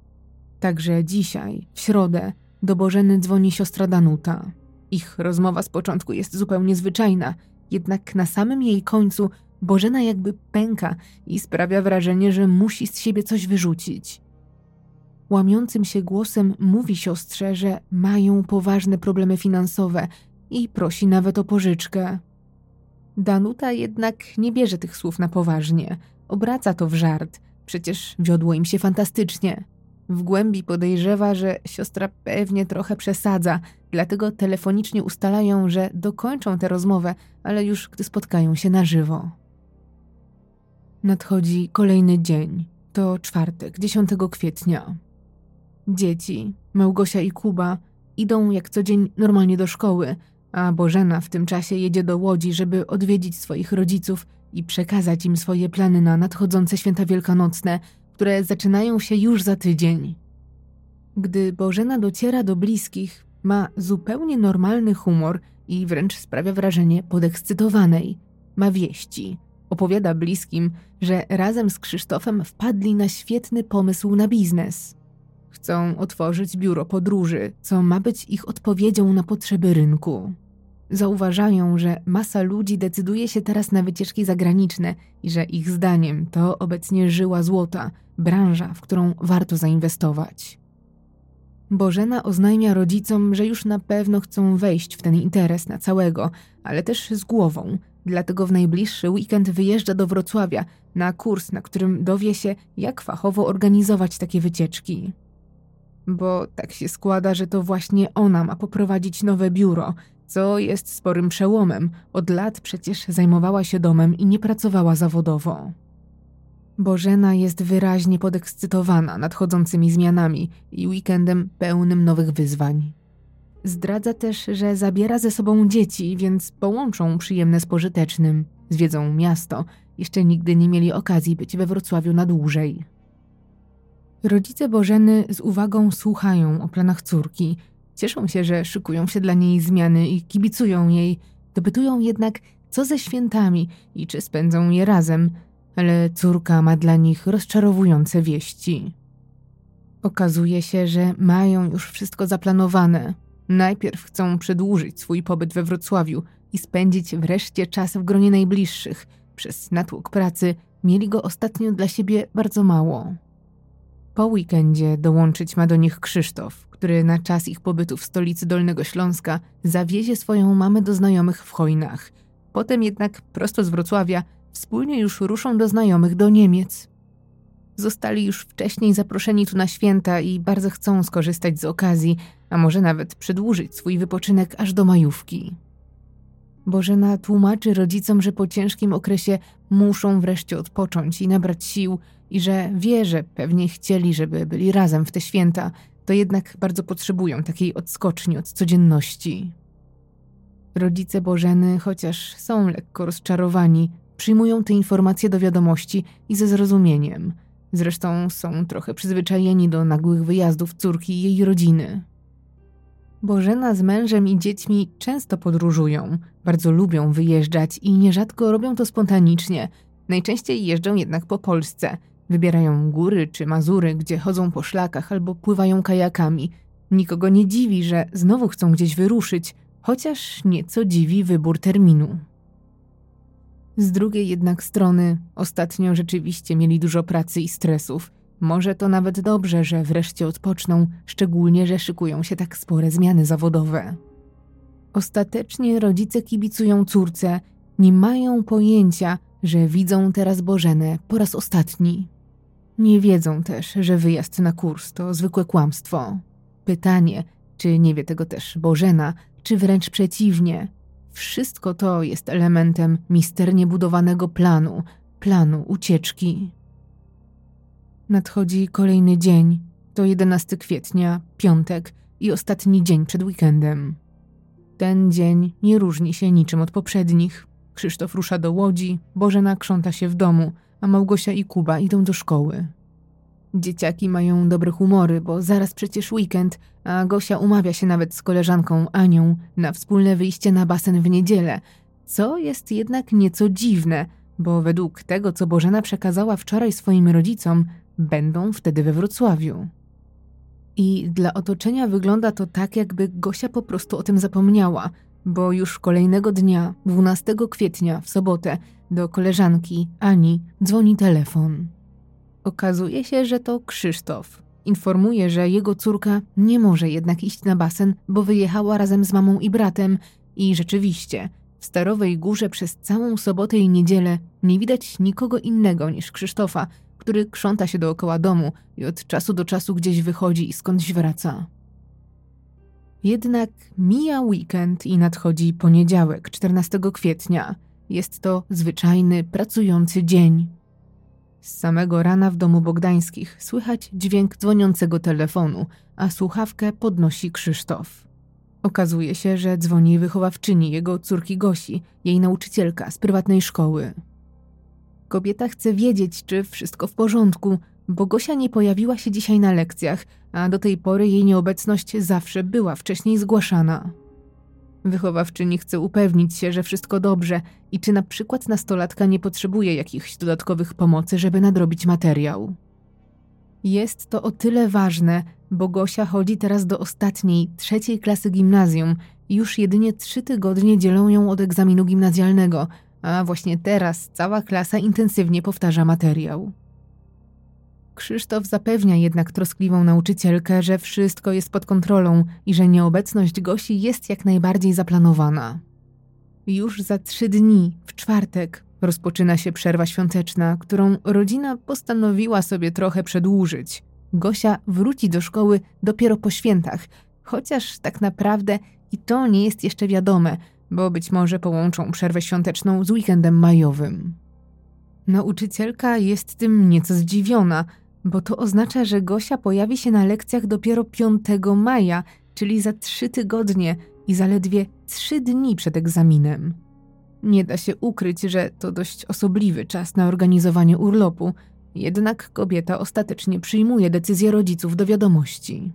Także dzisiaj, w środę, do Bożeny dzwoni siostra Danuta. Ich rozmowa z początku jest zupełnie zwyczajna, jednak na samym jej końcu Bożena jakby pęka i sprawia wrażenie, że musi z siebie coś wyrzucić. Łamiącym się głosem mówi siostrze, że mają poważne problemy finansowe i prosi nawet o pożyczkę. Danuta jednak nie bierze tych słów na poważnie. Obraca to w żart. Przecież wiodło im się fantastycznie. W głębi podejrzewa, że siostra pewnie trochę przesadza, dlatego telefonicznie ustalają, że dokończą tę rozmowę, ale już gdy spotkają się na żywo. Nadchodzi kolejny dzień. To czwartek, 10 kwietnia. Dzieci, Małgosia i Kuba, idą jak co dzień normalnie do szkoły, a Bożena w tym czasie jedzie do Łodzi, żeby odwiedzić swoich rodziców i przekazać im swoje plany na nadchodzące święta wielkanocne, które zaczynają się już za tydzień. Gdy Bożena dociera do bliskich, ma zupełnie normalny humor i wręcz sprawia wrażenie podekscytowanej. Ma wieści. Opowiada bliskim, że razem z Krzysztofem wpadli na świetny pomysł na biznes. Chcą otworzyć biuro podróży, co ma być ich odpowiedzią na potrzeby rynku. Zauważają, że masa ludzi decyduje się teraz na wycieczki zagraniczne i że ich zdaniem to obecnie żyła złota, branża, w którą warto zainwestować. Bożena oznajmia rodzicom, że już na pewno chcą wejść w ten interes na całego, ale też z głową. Dlatego w najbliższy weekend wyjeżdża do Wrocławia na kurs, na którym dowie się, jak fachowo organizować takie wycieczki. Bo tak się składa, że to właśnie ona ma poprowadzić nowe biuro, co jest sporym przełomem. Od lat przecież zajmowała się domem i nie pracowała zawodowo. Bożena jest wyraźnie podekscytowana nadchodzącymi zmianami i weekendem pełnym nowych wyzwań. Zdradza też, że zabiera ze sobą dzieci, więc połączą przyjemne z pożytecznym. Zwiedzą miasto. Jeszcze nigdy nie mieli okazji być we Wrocławiu na dłużej. Rodzice Bożeny z uwagą słuchają o planach córki. Cieszą się, że szykują się dla niej zmiany i kibicują jej. Dopytują jednak, co ze świętami i czy spędzą je razem. Ale córka ma dla nich rozczarowujące wieści. Okazuje się, że mają już wszystko zaplanowane. Najpierw chcą przedłużyć swój pobyt we Wrocławiu, i spędzić wreszcie czas w gronie najbliższych. Przez natłok pracy mieli go ostatnio dla siebie bardzo mało. Po weekendzie dołączyć ma do nich Krzysztof, który na czas ich pobytu w stolicy Dolnego Śląska zawiezie swoją mamę do znajomych w Chojnach. Potem jednak prosto z Wrocławia wspólnie już ruszą do znajomych do Niemiec. Zostali już wcześniej zaproszeni tu na święta i bardzo chcą skorzystać z okazji, a może nawet przedłużyć swój wypoczynek aż do majówki. Bożena tłumaczy rodzicom, że po ciężkim okresie muszą wreszcie odpocząć i nabrać sił i że wie, że pewnie chcieli, żeby byli razem w te święta, to jednak bardzo potrzebują takiej odskoczni od codzienności. Rodzice Bożeny, chociaż są lekko rozczarowani, przyjmują te informacje do wiadomości i ze zrozumieniem. Zresztą są trochę przyzwyczajeni do nagłych wyjazdów córki i jej rodziny. Bożena z mężem i dziećmi często podróżują, bardzo lubią wyjeżdżać i nierzadko robią to spontanicznie. Najczęściej jeżdżą jednak po Polsce. Wybierają góry czy Mazury, gdzie chodzą po szlakach albo pływają kajakami. Nikogo nie dziwi, że znowu chcą gdzieś wyruszyć, chociaż nieco dziwi wybór terminu. Z drugiej jednak strony ostatnio rzeczywiście mieli dużo pracy i stresów. Może to nawet dobrze, że wreszcie odpoczną, szczególnie, że szykują się tak spore zmiany zawodowe. Ostatecznie rodzice kibicują córce, nie mają pojęcia, że widzą teraz Bożenę po raz ostatni. Nie wiedzą też, że wyjazd na kurs to zwykłe kłamstwo. Pytanie, czy nie wie tego też Bożena, czy wręcz przeciwnie. Wszystko to jest elementem misternie budowanego planu ucieczki. Nadchodzi kolejny dzień. To 11 kwietnia, piątek i ostatni dzień przed weekendem. Ten dzień nie różni się niczym od poprzednich. Krzysztof rusza do Łodzi, Bożena krząta się w domu, a Małgosia i Kuba idą do szkoły. Dzieciaki mają dobre humory, bo zaraz przecież weekend, a Gosia umawia się nawet z koleżanką Anią na wspólne wyjście na basen w niedzielę, co jest jednak nieco dziwne, bo według tego, co Bożena przekazała wczoraj swoim rodzicom, będą wtedy we Wrocławiu. I dla otoczenia wygląda to tak, jakby Gosia po prostu o tym zapomniała, bo już kolejnego dnia, 12 kwietnia, w sobotę, do koleżanki Ani dzwoni telefon. Okazuje się, że to Krzysztof. Informuje, że jego córka nie może jednak iść na basen, bo wyjechała razem z mamą i bratem i rzeczywiście w Starowej Górze przez całą sobotę i niedzielę nie widać nikogo innego niż Krzysztofa, który krząta się dookoła domu i od czasu do czasu gdzieś wychodzi i skądś wraca. Jednak mija weekend i nadchodzi poniedziałek, 14 kwietnia. Jest to zwyczajny, pracujący dzień. Z samego rana w domu Bogdańskich słychać dźwięk dzwoniącego telefonu, a słuchawkę podnosi Krzysztof. Okazuje się, że dzwoni wychowawczyni jego córki Gosi, jej nauczycielka z prywatnej szkoły. Kobieta chce wiedzieć, czy wszystko w porządku, bo Gosia nie pojawiła się dzisiaj na lekcjach, a do tej pory jej nieobecność zawsze była wcześniej zgłaszana. Wychowawczyni chce upewnić się, że wszystko dobrze i czy na przykład nastolatka nie potrzebuje jakichś dodatkowych pomocy, żeby nadrobić materiał. Jest to o tyle ważne, bo Gosia chodzi teraz do ostatniej, 3. klasy gimnazjum i już jedynie 3 tygodnie dzielą ją od egzaminu gimnazjalnego, a właśnie teraz cała klasa intensywnie powtarza materiał. Krzysztof zapewnia jednak troskliwą nauczycielkę, że wszystko jest pod kontrolą i że nieobecność Gosi jest jak najbardziej zaplanowana. Już za 3 dni, w czwartek, rozpoczyna się przerwa świąteczna, którą rodzina postanowiła sobie trochę przedłużyć. Gosia wróci do szkoły dopiero po świętach, chociaż tak naprawdę i to nie jest jeszcze wiadome, bo być może połączą przerwę świąteczną z weekendem majowym. Nauczycielka jest tym nieco zdziwiona, bo to oznacza, że Gosia pojawi się na lekcjach dopiero 5 maja, czyli za 3 tygodnie i zaledwie 3 dni przed egzaminem. Nie da się ukryć, że to dość osobliwy czas na organizowanie urlopu, jednak kobieta ostatecznie przyjmuje decyzję rodziców do wiadomości.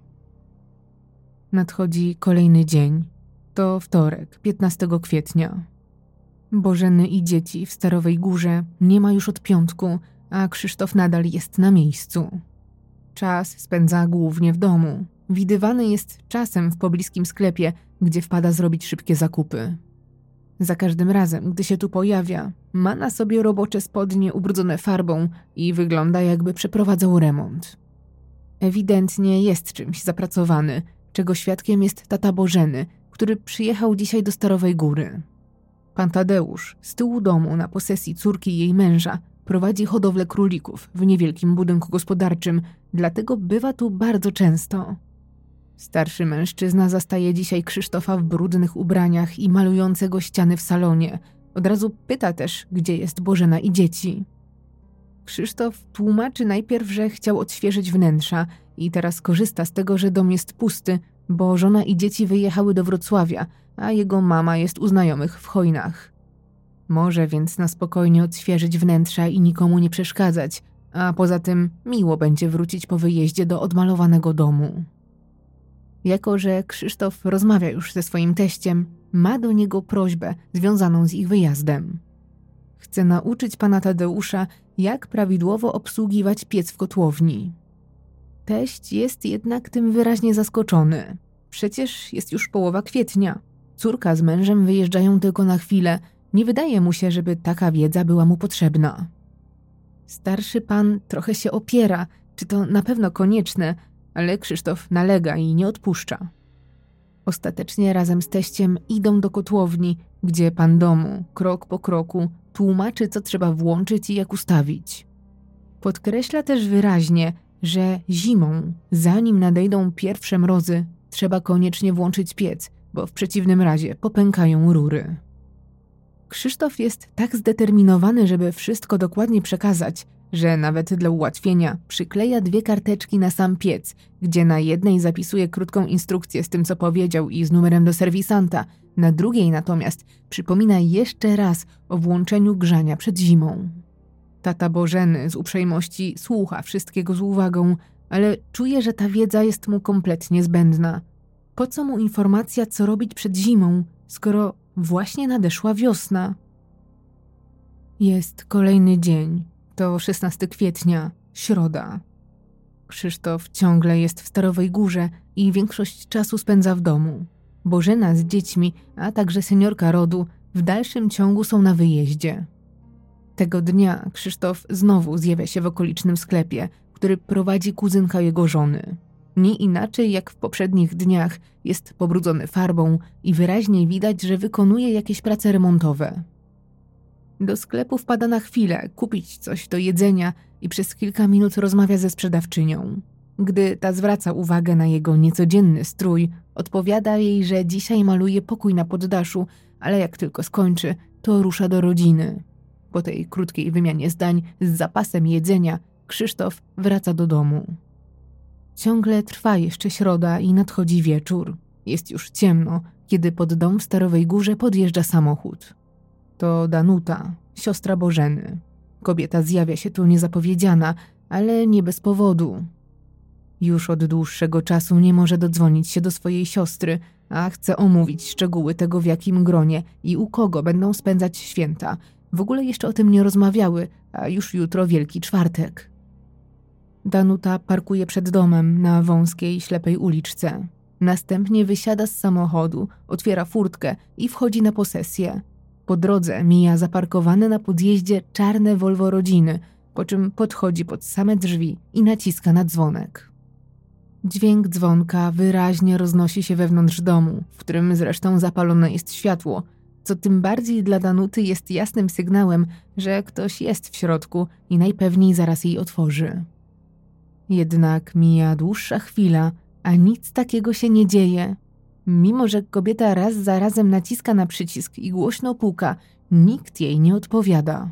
Nadchodzi kolejny dzień. To wtorek, 15 kwietnia. Bożeny i dzieci w Starowej Górze nie ma już od piątku, a Krzysztof nadal jest na miejscu. Czas spędza głównie w domu. Widywany jest czasem w pobliskim sklepie, gdzie wpada zrobić szybkie zakupy. Za każdym razem, gdy się tu pojawia, ma na sobie robocze spodnie ubrudzone farbą i wygląda, jakby przeprowadzał remont. Ewidentnie jest czymś zapracowany, czego świadkiem jest tata Bożeny, który przyjechał dzisiaj do Starowej Góry. Pan Tadeusz z tyłu domu na posesji córki i jej męża prowadzi hodowlę królików w niewielkim budynku gospodarczym, dlatego bywa tu bardzo często. Starszy mężczyzna zastaje dzisiaj Krzysztofa w brudnych ubraniach i malującego ściany w salonie. Od razu pyta też, gdzie jest Bożena i dzieci. Krzysztof tłumaczy najpierw, że chciał odświeżyć wnętrza i teraz korzysta z tego, że dom jest pusty, bo żona i dzieci wyjechały do Wrocławia, a jego mama jest u znajomych w Chojnach. Może więc na spokojnie odświeżyć wnętrza i nikomu nie przeszkadzać, a poza tym miło będzie wrócić po wyjeździe do odmalowanego domu. Jako że Krzysztof rozmawia już ze swoim teściem, ma do niego prośbę związaną z ich wyjazdem. Chce nauczyć pana Tadeusza, jak prawidłowo obsługiwać piec w kotłowni. Teść jest jednak tym wyraźnie zaskoczony. Przecież jest już połowa kwietnia. Córka z mężem wyjeżdżają tylko na chwilę. Nie wydaje mu się, żeby taka wiedza była mu potrzebna. Starszy pan trochę się opiera, czy to na pewno konieczne, ale Krzysztof nalega i nie odpuszcza. Ostatecznie razem z teściem idą do kotłowni, gdzie pan domu, krok po kroku, tłumaczy, co trzeba włączyć i jak ustawić. Podkreśla też wyraźnie, że zimą, zanim nadejdą pierwsze mrozy, trzeba koniecznie włączyć piec, bo w przeciwnym razie popękają rury. Krzysztof jest tak zdeterminowany, żeby wszystko dokładnie przekazać, że nawet dla ułatwienia przykleja 2 karteczki na sam piec, gdzie na jednej zapisuje krótką instrukcję z tym, co powiedział i z numerem do serwisanta, na drugiej natomiast przypomina jeszcze raz o włączeniu grzania przed zimą. Tata Bożeny z uprzejmości słucha wszystkiego z uwagą, ale czuje, że ta wiedza jest mu kompletnie zbędna. Po co mu informacja, co robić przed zimą, skoro właśnie nadeszła wiosna? Jest kolejny dzień. To 16 kwietnia, środa. Krzysztof ciągle jest w Starowej Górze i większość czasu spędza w domu. Bożena z dziećmi, a także seniorka rodu w dalszym ciągu są na wyjeździe. Tego dnia Krzysztof znowu zjawia się w okolicznym sklepie, który prowadzi kuzynka jego żony. Nie inaczej jak w poprzednich dniach jest pobrudzony farbą i wyraźnie widać, że wykonuje jakieś prace remontowe. Do sklepu wpada na chwilę, kupić coś do jedzenia i przez kilka minut rozmawia ze sprzedawczynią. Gdy ta zwraca uwagę na jego niecodzienny strój, odpowiada jej, że dzisiaj maluje pokój na poddaszu, ale jak tylko skończy, to rusza do rodziny. Po tej krótkiej wymianie zdań z zapasem jedzenia Krzysztof wraca do domu. Ciągle trwa jeszcze środa i nadchodzi wieczór. Jest już ciemno, kiedy pod dom w Starowej Górze podjeżdża samochód. To Danuta, siostra Bożeny. Kobieta zjawia się tu niezapowiedziana, ale nie bez powodu. Już od dłuższego czasu nie może dodzwonić się do swojej siostry, a chce omówić szczegóły tego, w jakim gronie i u kogo będą spędzać święta. W ogóle jeszcze o tym nie rozmawiały, a już jutro Wielki Czwartek. Danuta parkuje przed domem na wąskiej, ślepej uliczce. Następnie wysiada z samochodu, otwiera furtkę i wchodzi na posesję. Po drodze mija zaparkowane na podjeździe czarne Volvo rodziny, po czym podchodzi pod same drzwi i naciska na dzwonek. Dźwięk dzwonka wyraźnie roznosi się wewnątrz domu, w którym zresztą zapalone jest światło, co tym bardziej dla Danuty jest jasnym sygnałem, że ktoś jest w środku i najpewniej zaraz jej otworzy. Jednak mija dłuższa chwila, a nic takiego się nie dzieje. Mimo że kobieta raz za razem naciska na przycisk i głośno puka, nikt jej nie odpowiada.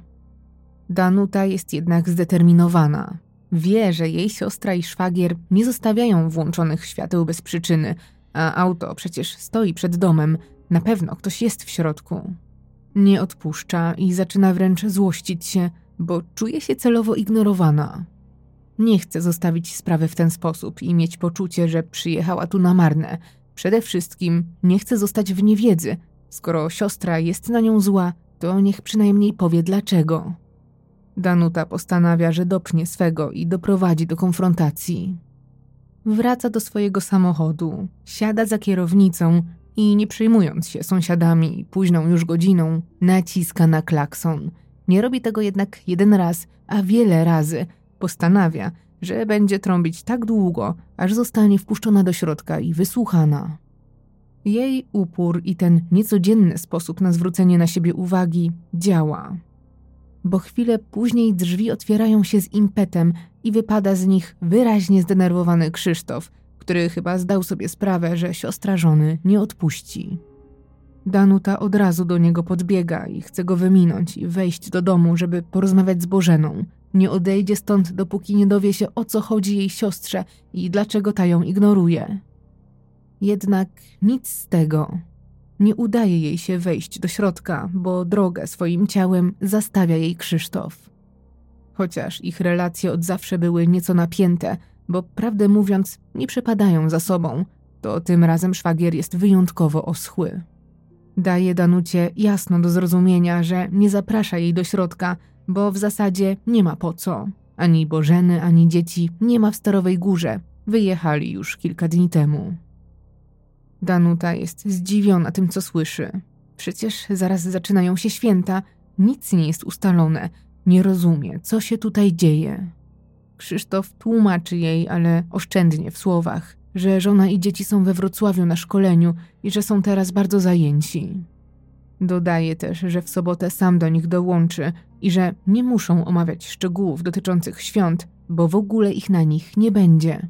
Danuta jest jednak zdeterminowana. Wie, że jej siostra i szwagier nie zostawiają włączonych świateł bez przyczyny, a auto przecież stoi przed domem. Na pewno ktoś jest w środku. Nie odpuszcza i zaczyna wręcz złościć się, bo czuje się celowo ignorowana. Nie chce zostawić sprawy w ten sposób i mieć poczucie, że przyjechała tu na marne. Przede wszystkim nie chce zostać w niewiedzy. Skoro siostra jest na nią zła, to niech przynajmniej powie dlaczego. Danuta postanawia, że dopnie swego i doprowadzi do konfrontacji. Wraca do swojego samochodu, siada za kierownicą i nie przejmując się sąsiadami późną już godziną, naciska na klakson. Nie robi tego jednak jeden raz, a wiele razy. Postanawia, że będzie trąbić tak długo, aż zostanie wpuszczona do środka i wysłuchana. Jej upór i ten niecodzienny sposób na zwrócenie na siebie uwagi działa. Bo chwilę później drzwi otwierają się z impetem i wypada z nich wyraźnie zdenerwowany Krzysztof, który chyba zdał sobie sprawę, że siostra żony nie odpuści. Danuta od razu do niego podbiega i chce go wyminąć i wejść do domu, żeby porozmawiać z Bożeną. Nie odejdzie stąd, dopóki nie dowie się, o co chodzi jej siostrze i dlaczego ta ją ignoruje. Jednak nic z tego. Nie udaje jej się wejść do środka, bo drogę swoim ciałem zastawia jej Krzysztof. Chociaż ich relacje od zawsze były nieco napięte, bo prawdę mówiąc nie przepadają za sobą, to tym razem szwagier jest wyjątkowo oschły. Daje Danucie jasno do zrozumienia, że nie zaprasza jej do środka, bo w zasadzie nie ma po co. Ani Bożeny, ani dzieci nie ma w Starowej Górze. Wyjechali już kilka dni temu. Danuta jest zdziwiona tym, co słyszy. Przecież zaraz zaczynają się święta, nic nie jest ustalone, nie rozumie, co się tutaj dzieje. Krzysztof tłumaczy jej, ale oszczędnie w słowach, że żona i dzieci są we Wrocławiu na szkoleniu i że są teraz bardzo zajęci. Dodaje też, że w sobotę sam do nich dołączy i że nie muszą omawiać szczegółów dotyczących świąt, bo w ogóle ich na nich nie będzie.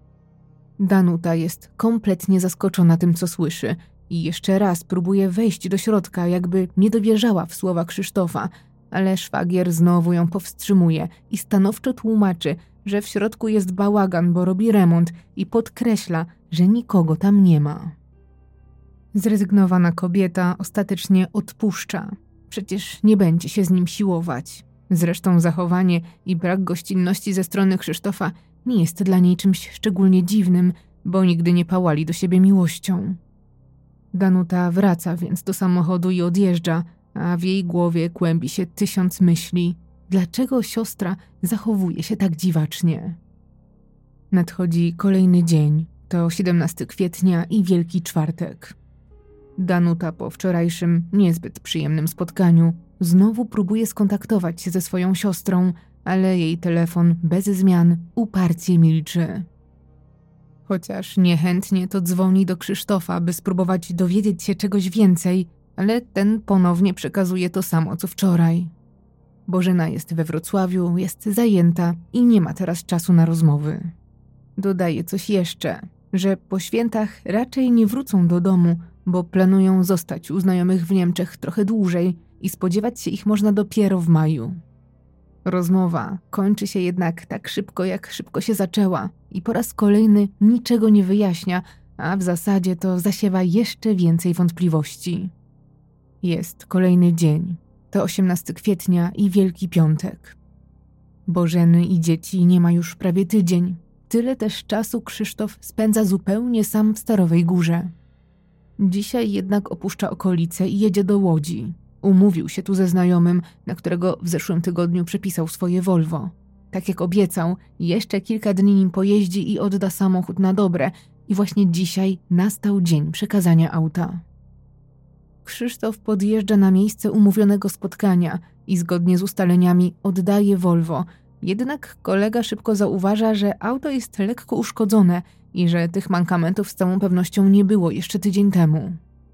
Danuta jest kompletnie zaskoczona tym, co słyszy i jeszcze raz próbuje wejść do środka, jakby nie dowierzała w słowa Krzysztofa, ale szwagier znowu ją powstrzymuje i stanowczo tłumaczy, że w środku jest bałagan, bo robi remont i podkreśla, że nikogo tam nie ma. Zrezygnowana kobieta ostatecznie odpuszcza. Przecież nie będzie się z nim siłować. Zresztą zachowanie i brak gościnności ze strony Krzysztofa nie jest dla niej czymś szczególnie dziwnym, bo nigdy nie pałali do siebie miłością. Danuta wraca więc do samochodu i odjeżdża, a w jej głowie kłębi się 1000 myśli. Dlaczego siostra zachowuje się tak dziwacznie? Nadchodzi kolejny dzień. To 17 kwietnia i Wielki Czwartek. Danuta po wczorajszym, niezbyt przyjemnym spotkaniu znowu próbuje skontaktować się ze swoją siostrą, ale jej telefon bez zmian uparcie milczy. Chociaż niechętnie to dzwoni do Krzysztofa, by spróbować dowiedzieć się czegoś więcej, ale ten ponownie przekazuje to samo, co wczoraj. Bożena jest we Wrocławiu, jest zajęta i nie ma teraz czasu na rozmowy. Dodaje coś jeszcze, że po świętach raczej nie wrócą do domu, bo planują zostać u znajomych w Niemczech trochę dłużej i spodziewać się ich można dopiero w maju. Rozmowa kończy się jednak tak szybko, jak szybko się zaczęła i po raz kolejny niczego nie wyjaśnia, a w zasadzie to zasiewa jeszcze więcej wątpliwości. Jest kolejny dzień. To 18 kwietnia i Wielki Piątek. Bożeny i dzieci nie ma już prawie tydzień. Tyle też czasu Krzysztof spędza zupełnie sam w Starowej Górze. Dzisiaj jednak opuszcza okolice i jedzie do Łodzi. Umówił się tu ze znajomym, na którego w zeszłym tygodniu przepisał swoje Volvo. Tak jak obiecał, jeszcze kilka dni nim pojeździ i odda samochód na dobre i właśnie dzisiaj nastał dzień przekazania auta. Krzysztof podjeżdża na miejsce umówionego spotkania i zgodnie z ustaleniami oddaje Volvo. Jednak kolega szybko zauważa, że auto jest lekko uszkodzone i że tych mankamentów z całą pewnością nie było jeszcze tydzień temu.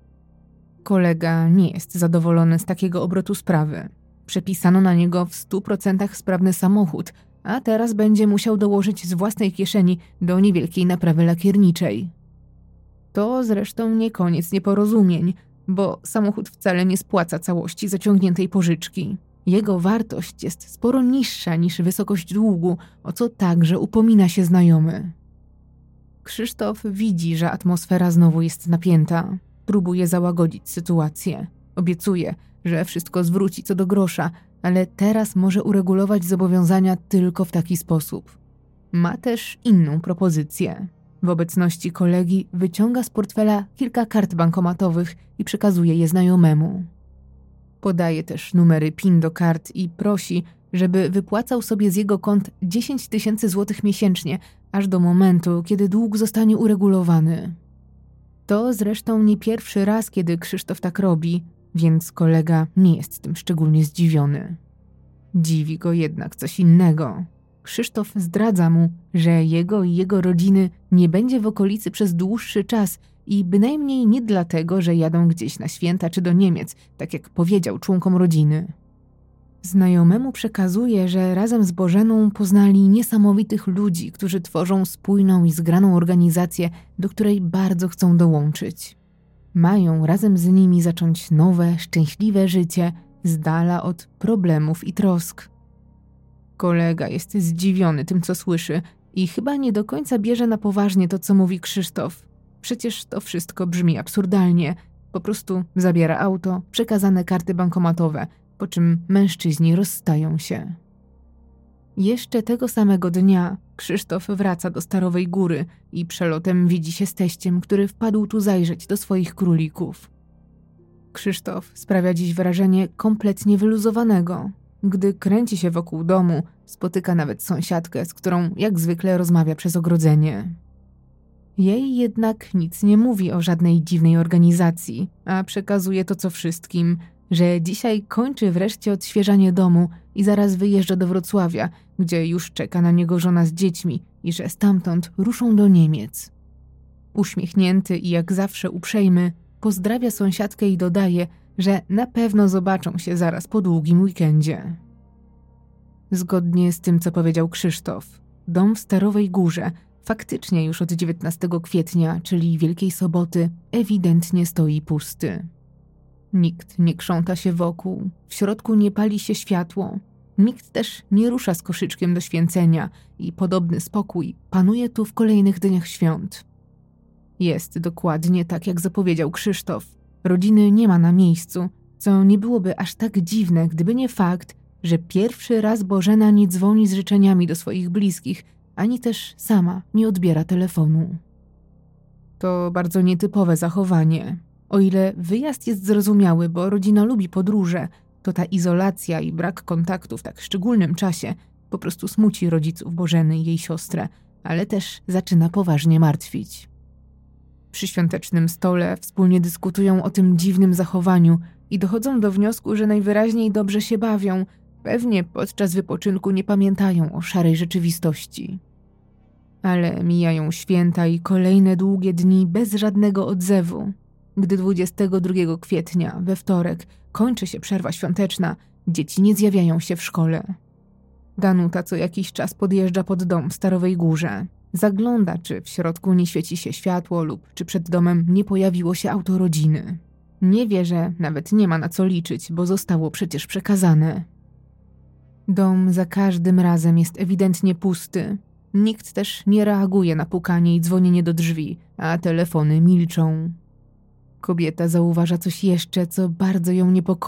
Kolega nie jest zadowolony z takiego obrotu sprawy. Przepisano na niego w 100% sprawny samochód, a teraz będzie musiał dołożyć z własnej kieszeni do niewielkiej naprawy lakierniczej. To zresztą nie koniec nieporozumień, bo samochód wcale nie spłaca całości zaciągniętej pożyczki. Jego wartość jest sporo niższa niż wysokość długu, o co także upomina się znajomy. Krzysztof widzi, że atmosfera znowu jest napięta. Próbuje załagodzić sytuację. Obiecuje, że wszystko zwróci co do grosza, ale teraz może uregulować zobowiązania tylko w taki sposób. Ma też inną propozycję. W obecności kolegi wyciąga z portfela kilka kart bankomatowych i przekazuje je znajomemu. Podaje też numery PIN do kart i prosi, żeby wypłacał sobie z jego kont 10 000 złotych miesięcznie, aż do momentu, kiedy dług zostanie uregulowany. To zresztą nie pierwszy raz, kiedy Krzysztof tak robi, więc kolega nie jest tym szczególnie zdziwiony. Dziwi go jednak coś innego. Krzysztof zdradza mu, że jego i jego rodziny nie będzie w okolicy przez dłuższy czas i bynajmniej nie dlatego, że jadą gdzieś na święta czy do Niemiec, tak jak powiedział członkom rodziny. Znajomemu przekazuje, że razem z Bożeną poznali niesamowitych ludzi, którzy tworzą spójną i zgraną organizację, do której bardzo chcą dołączyć. Mają razem z nimi zacząć nowe, szczęśliwe życie z dala od problemów i trosk. Kolega jest zdziwiony tym, co słyszy i chyba nie do końca bierze na poważnie to, co mówi Krzysztof. Przecież to wszystko brzmi absurdalnie. Po prostu zabiera auto, przekazane karty bankomatowe, po czym mężczyźni rozstają się. Jeszcze tego samego dnia Krzysztof wraca do Starowej Góry i przelotem widzi się z teściem, który wpadł tu zajrzeć do swoich królików. Krzysztof sprawia dziś wrażenie kompletnie wyluzowanego. Gdy kręci się wokół domu, spotyka nawet sąsiadkę, z którą jak zwykle rozmawia przez ogrodzenie. Jej jednak nic nie mówi o żadnej dziwnej organizacji, a przekazuje to co wszystkim, że dzisiaj kończy wreszcie odświeżanie domu i zaraz wyjeżdża do Wrocławia, gdzie już czeka na niego żona z dziećmi i że stamtąd ruszą do Niemiec. Uśmiechnięty i jak zawsze uprzejmy, pozdrawia sąsiadkę i dodaje, że na pewno zobaczą się zaraz po długim weekendzie. Zgodnie z tym, co powiedział Krzysztof, dom w Starowej Górze faktycznie już od 19 kwietnia, czyli Wielkiej Soboty, ewidentnie stoi pusty. Nikt nie krząta się wokół, w środku nie pali się światło, nikt też nie rusza z koszyczkiem do święcenia i podobny spokój panuje tu w kolejnych dniach świąt. Jest dokładnie tak, jak zapowiedział Krzysztof. Rodziny nie ma na miejscu, co nie byłoby aż tak dziwne, gdyby nie fakt, że pierwszy raz Bożena nie dzwoni z życzeniami do swoich bliskich, ani też sama nie odbiera telefonu. To bardzo nietypowe zachowanie. O ile wyjazd jest zrozumiały, bo rodzina lubi podróże, to ta izolacja i brak kontaktu w tak szczególnym czasie po prostu smuci rodziców Bożeny i jej siostrę, ale też zaczyna poważnie martwić. Przy świątecznym stole wspólnie dyskutują o tym dziwnym zachowaniu i dochodzą do wniosku, że najwyraźniej dobrze się bawią, pewnie podczas wypoczynku nie pamiętają o szarej rzeczywistości. Ale mijają święta i kolejne długie dni bez żadnego odzewu. Gdy 22 kwietnia, we wtorek, kończy się przerwa świąteczna, dzieci nie zjawiają się w szkole. Danuta co jakiś czas podjeżdża pod dom w Starowej Górze. Zagląda, czy w środku nie świeci się światło lub czy przed domem nie pojawiło się auto rodziny. Nie wie, że nawet nie ma na co liczyć, bo zostało przecież przekazane. Dom za każdym razem jest ewidentnie pusty. Nikt też nie reaguje na pukanie i dzwonienie do drzwi, a telefony milczą. Kobieta zauważa coś jeszcze, co bardzo ją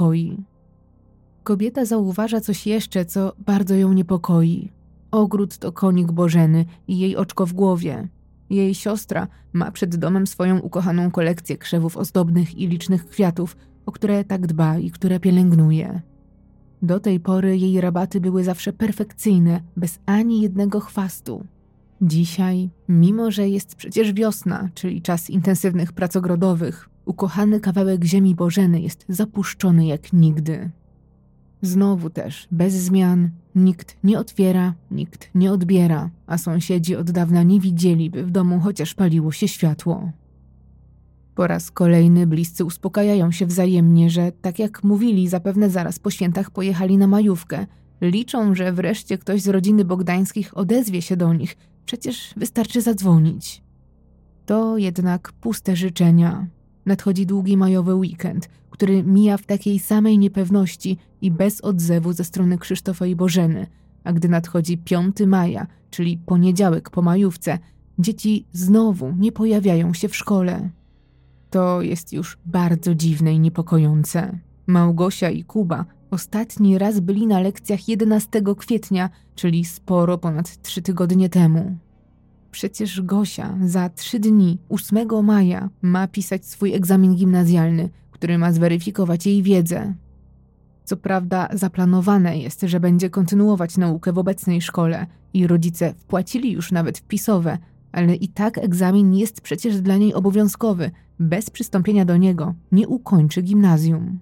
niepokoi. Ogród to konik Bożeny i jej oczko w głowie. Jej siostra ma przed domem swoją ukochaną kolekcję krzewów ozdobnych i licznych kwiatów, o które tak dba i które pielęgnuje. Do tej pory jej rabaty były zawsze perfekcyjne, bez ani jednego chwastu. Dzisiaj, mimo że jest przecież wiosna, czyli czas intensywnych prac ogrodowych, ukochany kawałek ziemi Bożeny jest zapuszczony jak nigdy. Znowu też, bez zmian, nikt nie otwiera, nikt nie odbiera, a sąsiedzi od dawna nie widzieli, by w domu chociaż paliło się światło. Po raz kolejny bliscy uspokajają się wzajemnie, że tak jak mówili, zapewne zaraz po świętach pojechali na majówkę. Liczą, że wreszcie ktoś z rodziny Bogdańskich odezwie się do nich, przecież wystarczy zadzwonić. To jednak puste życzenia. Nadchodzi długi majowy weekend, który mija w takiej samej niepewności i bez odzewu ze strony Krzysztofa i Bożeny, a gdy nadchodzi 5 maja, czyli poniedziałek po majówce, dzieci znowu nie pojawiają się w szkole. To jest już bardzo dziwne i niepokojące. Małgosia i Kuba ostatni raz byli na lekcjach 11 kwietnia, czyli sporo ponad 3 tygodnie temu. Przecież Gosia za 3 dni, 8 maja, ma pisać swój egzamin gimnazjalny, który ma zweryfikować jej wiedzę. Co prawda zaplanowane jest, że będzie kontynuować naukę w obecnej szkole i rodzice wpłacili już nawet wpisowe, ale i tak egzamin jest przecież dla niej obowiązkowy. Bez przystąpienia do niego nie ukończy gimnazjum.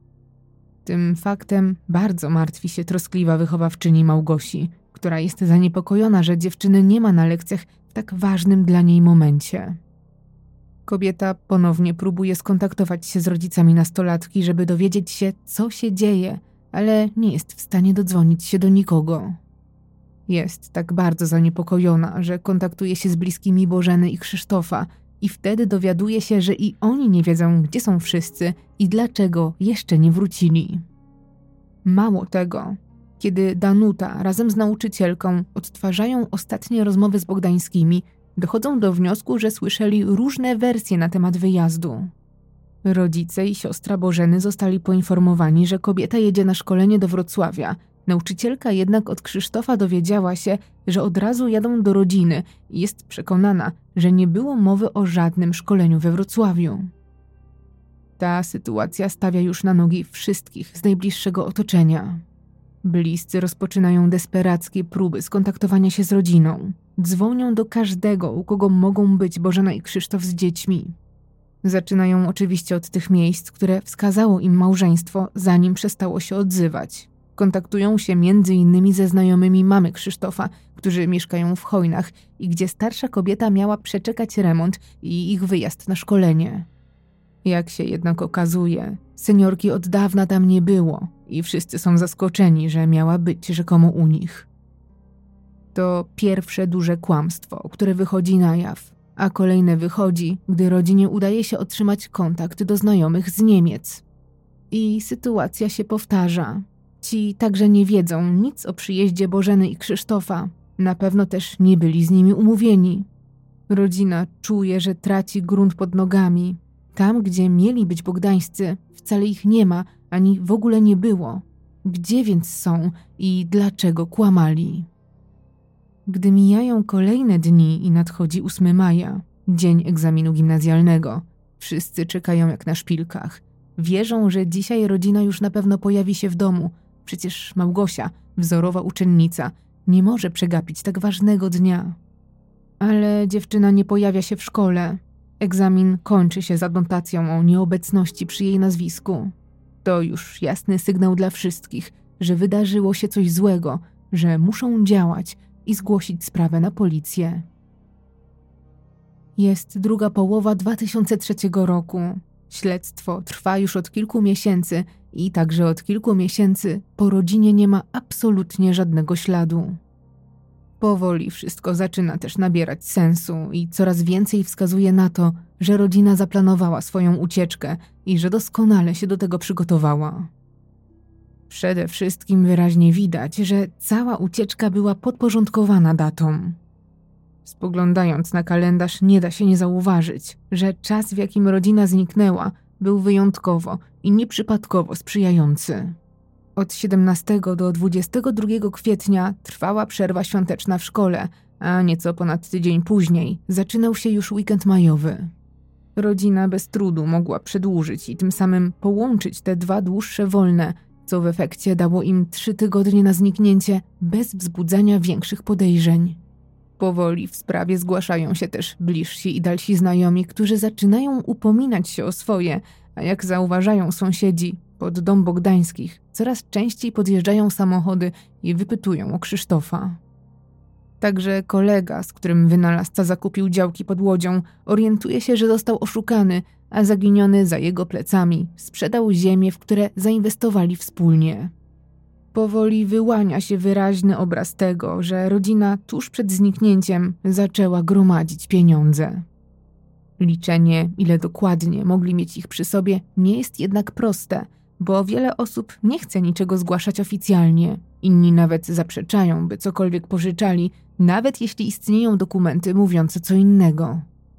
Tym faktem bardzo martwi się troskliwa wychowawczyni Małgosi, która jest zaniepokojona, że dziewczyny nie ma na lekcjach w tak ważnym dla niej momencie. Kobieta ponownie próbuje skontaktować się z rodzicami nastolatki, żeby dowiedzieć się, co się dzieje, ale nie jest w stanie dodzwonić się do nikogo. Jest tak bardzo zaniepokojona, że kontaktuje się z bliskimi Bożeny i Krzysztofa i wtedy dowiaduje się, że i oni nie wiedzą, gdzie są wszyscy i dlaczego jeszcze nie wrócili. Mało tego, kiedy Danuta razem z nauczycielką odtwarzają ostatnie rozmowy z Bogdańskimi, dochodzą do wniosku, że słyszeli różne wersje na temat wyjazdu. Rodzice i siostra Bożeny zostali poinformowani, że kobieta jedzie na szkolenie do Wrocławia. Nauczycielka jednak od Krzysztofa dowiedziała się, że od razu jadą do rodziny i jest przekonana, że nie było mowy o żadnym szkoleniu we Wrocławiu. Ta sytuacja stawia już na nogi wszystkich z najbliższego otoczenia. Bliscy rozpoczynają desperackie próby skontaktowania się z rodziną. Dzwonią do każdego, u kogo mogą być Bożena i Krzysztof z dziećmi. Zaczynają oczywiście od tych miejsc, które wskazało im małżeństwo, zanim przestało się odzywać. Kontaktują się m.in. ze znajomymi mamy Krzysztofa, którzy mieszkają w Chojnach i gdzie starsza kobieta miała przeczekać remont i ich wyjazd na szkolenie. Jak się jednak okazuje, seniorki od dawna tam nie było i wszyscy są zaskoczeni, że miała być rzekomo u nich. To pierwsze duże kłamstwo, które wychodzi na jaw, a kolejne wychodzi, gdy rodzinie udaje się otrzymać kontakt do znajomych z Niemiec. I sytuacja się powtarza. Ci także nie wiedzą nic o przyjeździe Bożeny i Krzysztofa. Na pewno też nie byli z nimi umówieni. Rodzina czuje, że traci grunt pod nogami. Tam, gdzie mieli być bogdańscy, wcale ich nie ma, ani w ogóle nie było. Gdzie więc są i dlaczego kłamali? Gdy mijają kolejne dni i nadchodzi 8 maja, dzień egzaminu gimnazjalnego, wszyscy czekają jak na szpilkach. Wierzą, że dzisiaj rodzina już na pewno pojawi się w domu. Przecież Małgosia, wzorowa uczennica, nie może przegapić tak ważnego dnia. Ale dziewczyna nie pojawia się w szkole. Egzamin kończy się z adnotacją o nieobecności przy jej nazwisku. To już jasny sygnał dla wszystkich, że wydarzyło się coś złego, że muszą działać i zgłosić sprawę na policję. Jest druga połowa 2003 roku. Śledztwo trwa już od kilku miesięcy i także od kilku miesięcy po rodzinie nie ma absolutnie żadnego śladu. Powoli wszystko zaczyna też nabierać sensu i coraz więcej wskazuje na to, że rodzina zaplanowała swoją ucieczkę i że doskonale się do tego przygotowała. Przede wszystkim wyraźnie widać, że cała ucieczka była podporządkowana datom. Spoglądając na kalendarz, nie da się nie zauważyć, że czas, w jakim rodzina zniknęła, był wyjątkowo i nieprzypadkowo sprzyjający. Od 17 do 22 kwietnia trwała przerwa świąteczna w szkole, a nieco ponad tydzień później zaczynał się już weekend majowy. Rodzina bez trudu mogła przedłużyć i tym samym połączyć te 2 dłuższe wolne, co w efekcie dało im 3 tygodnie na zniknięcie bez wzbudzania większych podejrzeń. Powoli w sprawie zgłaszają się też bliżsi i dalsi znajomi, którzy zaczynają upominać się o swoje, a jak zauważają sąsiedzi, pod dom Bogdańskich coraz częściej podjeżdżają samochody i wypytują o Krzysztofa. Także kolega, z którym wynalazca zakupił działki pod Łodzią, orientuje się, że został oszukany, a zaginiony za jego plecami sprzedał ziemię, w które zainwestowali wspólnie. Powoli wyłania się wyraźny obraz tego, że rodzina tuż przed zniknięciem zaczęła gromadzić pieniądze. Liczenie, ile dokładnie mogli mieć ich przy sobie, nie jest jednak proste, bo wiele osób nie chce niczego zgłaszać oficjalnie. Inni nawet zaprzeczają, by cokolwiek pożyczali, nawet jeśli istnieją dokumenty mówiące co innego.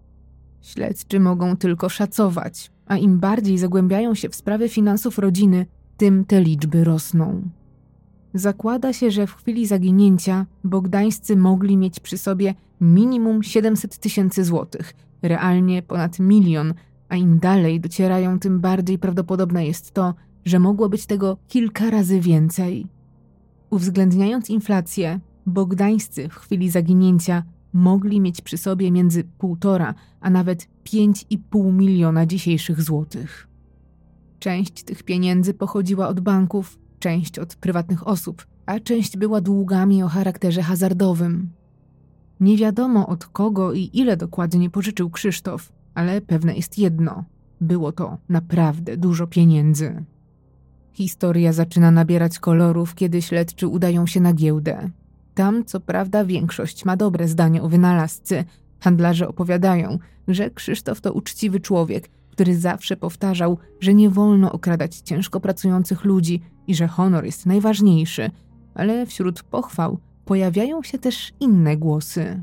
Śledczy mogą tylko szacować, a im bardziej zagłębiają się w sprawy finansów rodziny, tym te liczby rosną. Zakłada się, że w chwili zaginięcia bogdańscy mogli mieć przy sobie minimum 700 000 złotych, realnie ponad 1 000 000, a im dalej docierają, tym bardziej prawdopodobne jest to, że mogło być tego kilka razy więcej. Uwzględniając inflację, bogdańscy w chwili zaginięcia mogli mieć przy sobie między 1,5 a nawet 5,5 miliona dzisiejszych złotych. Część tych pieniędzy pochodziła od banków, część od prywatnych osób, a część była długami o charakterze hazardowym. Nie wiadomo od kogo i ile dokładnie pożyczył Krzysztof, ale pewne jest jedno – było to naprawdę dużo pieniędzy. Historia zaczyna nabierać kolorów, kiedy śledczy udają się na giełdę. Tam, co prawda, większość ma dobre zdanie o wynalazcy. Handlarze opowiadają, że Krzysztof to uczciwy człowiek, który zawsze powtarzał, że nie wolno okradać ciężko pracujących ludzi i że honor jest najważniejszy, ale wśród pochwał pojawiają się też inne głosy.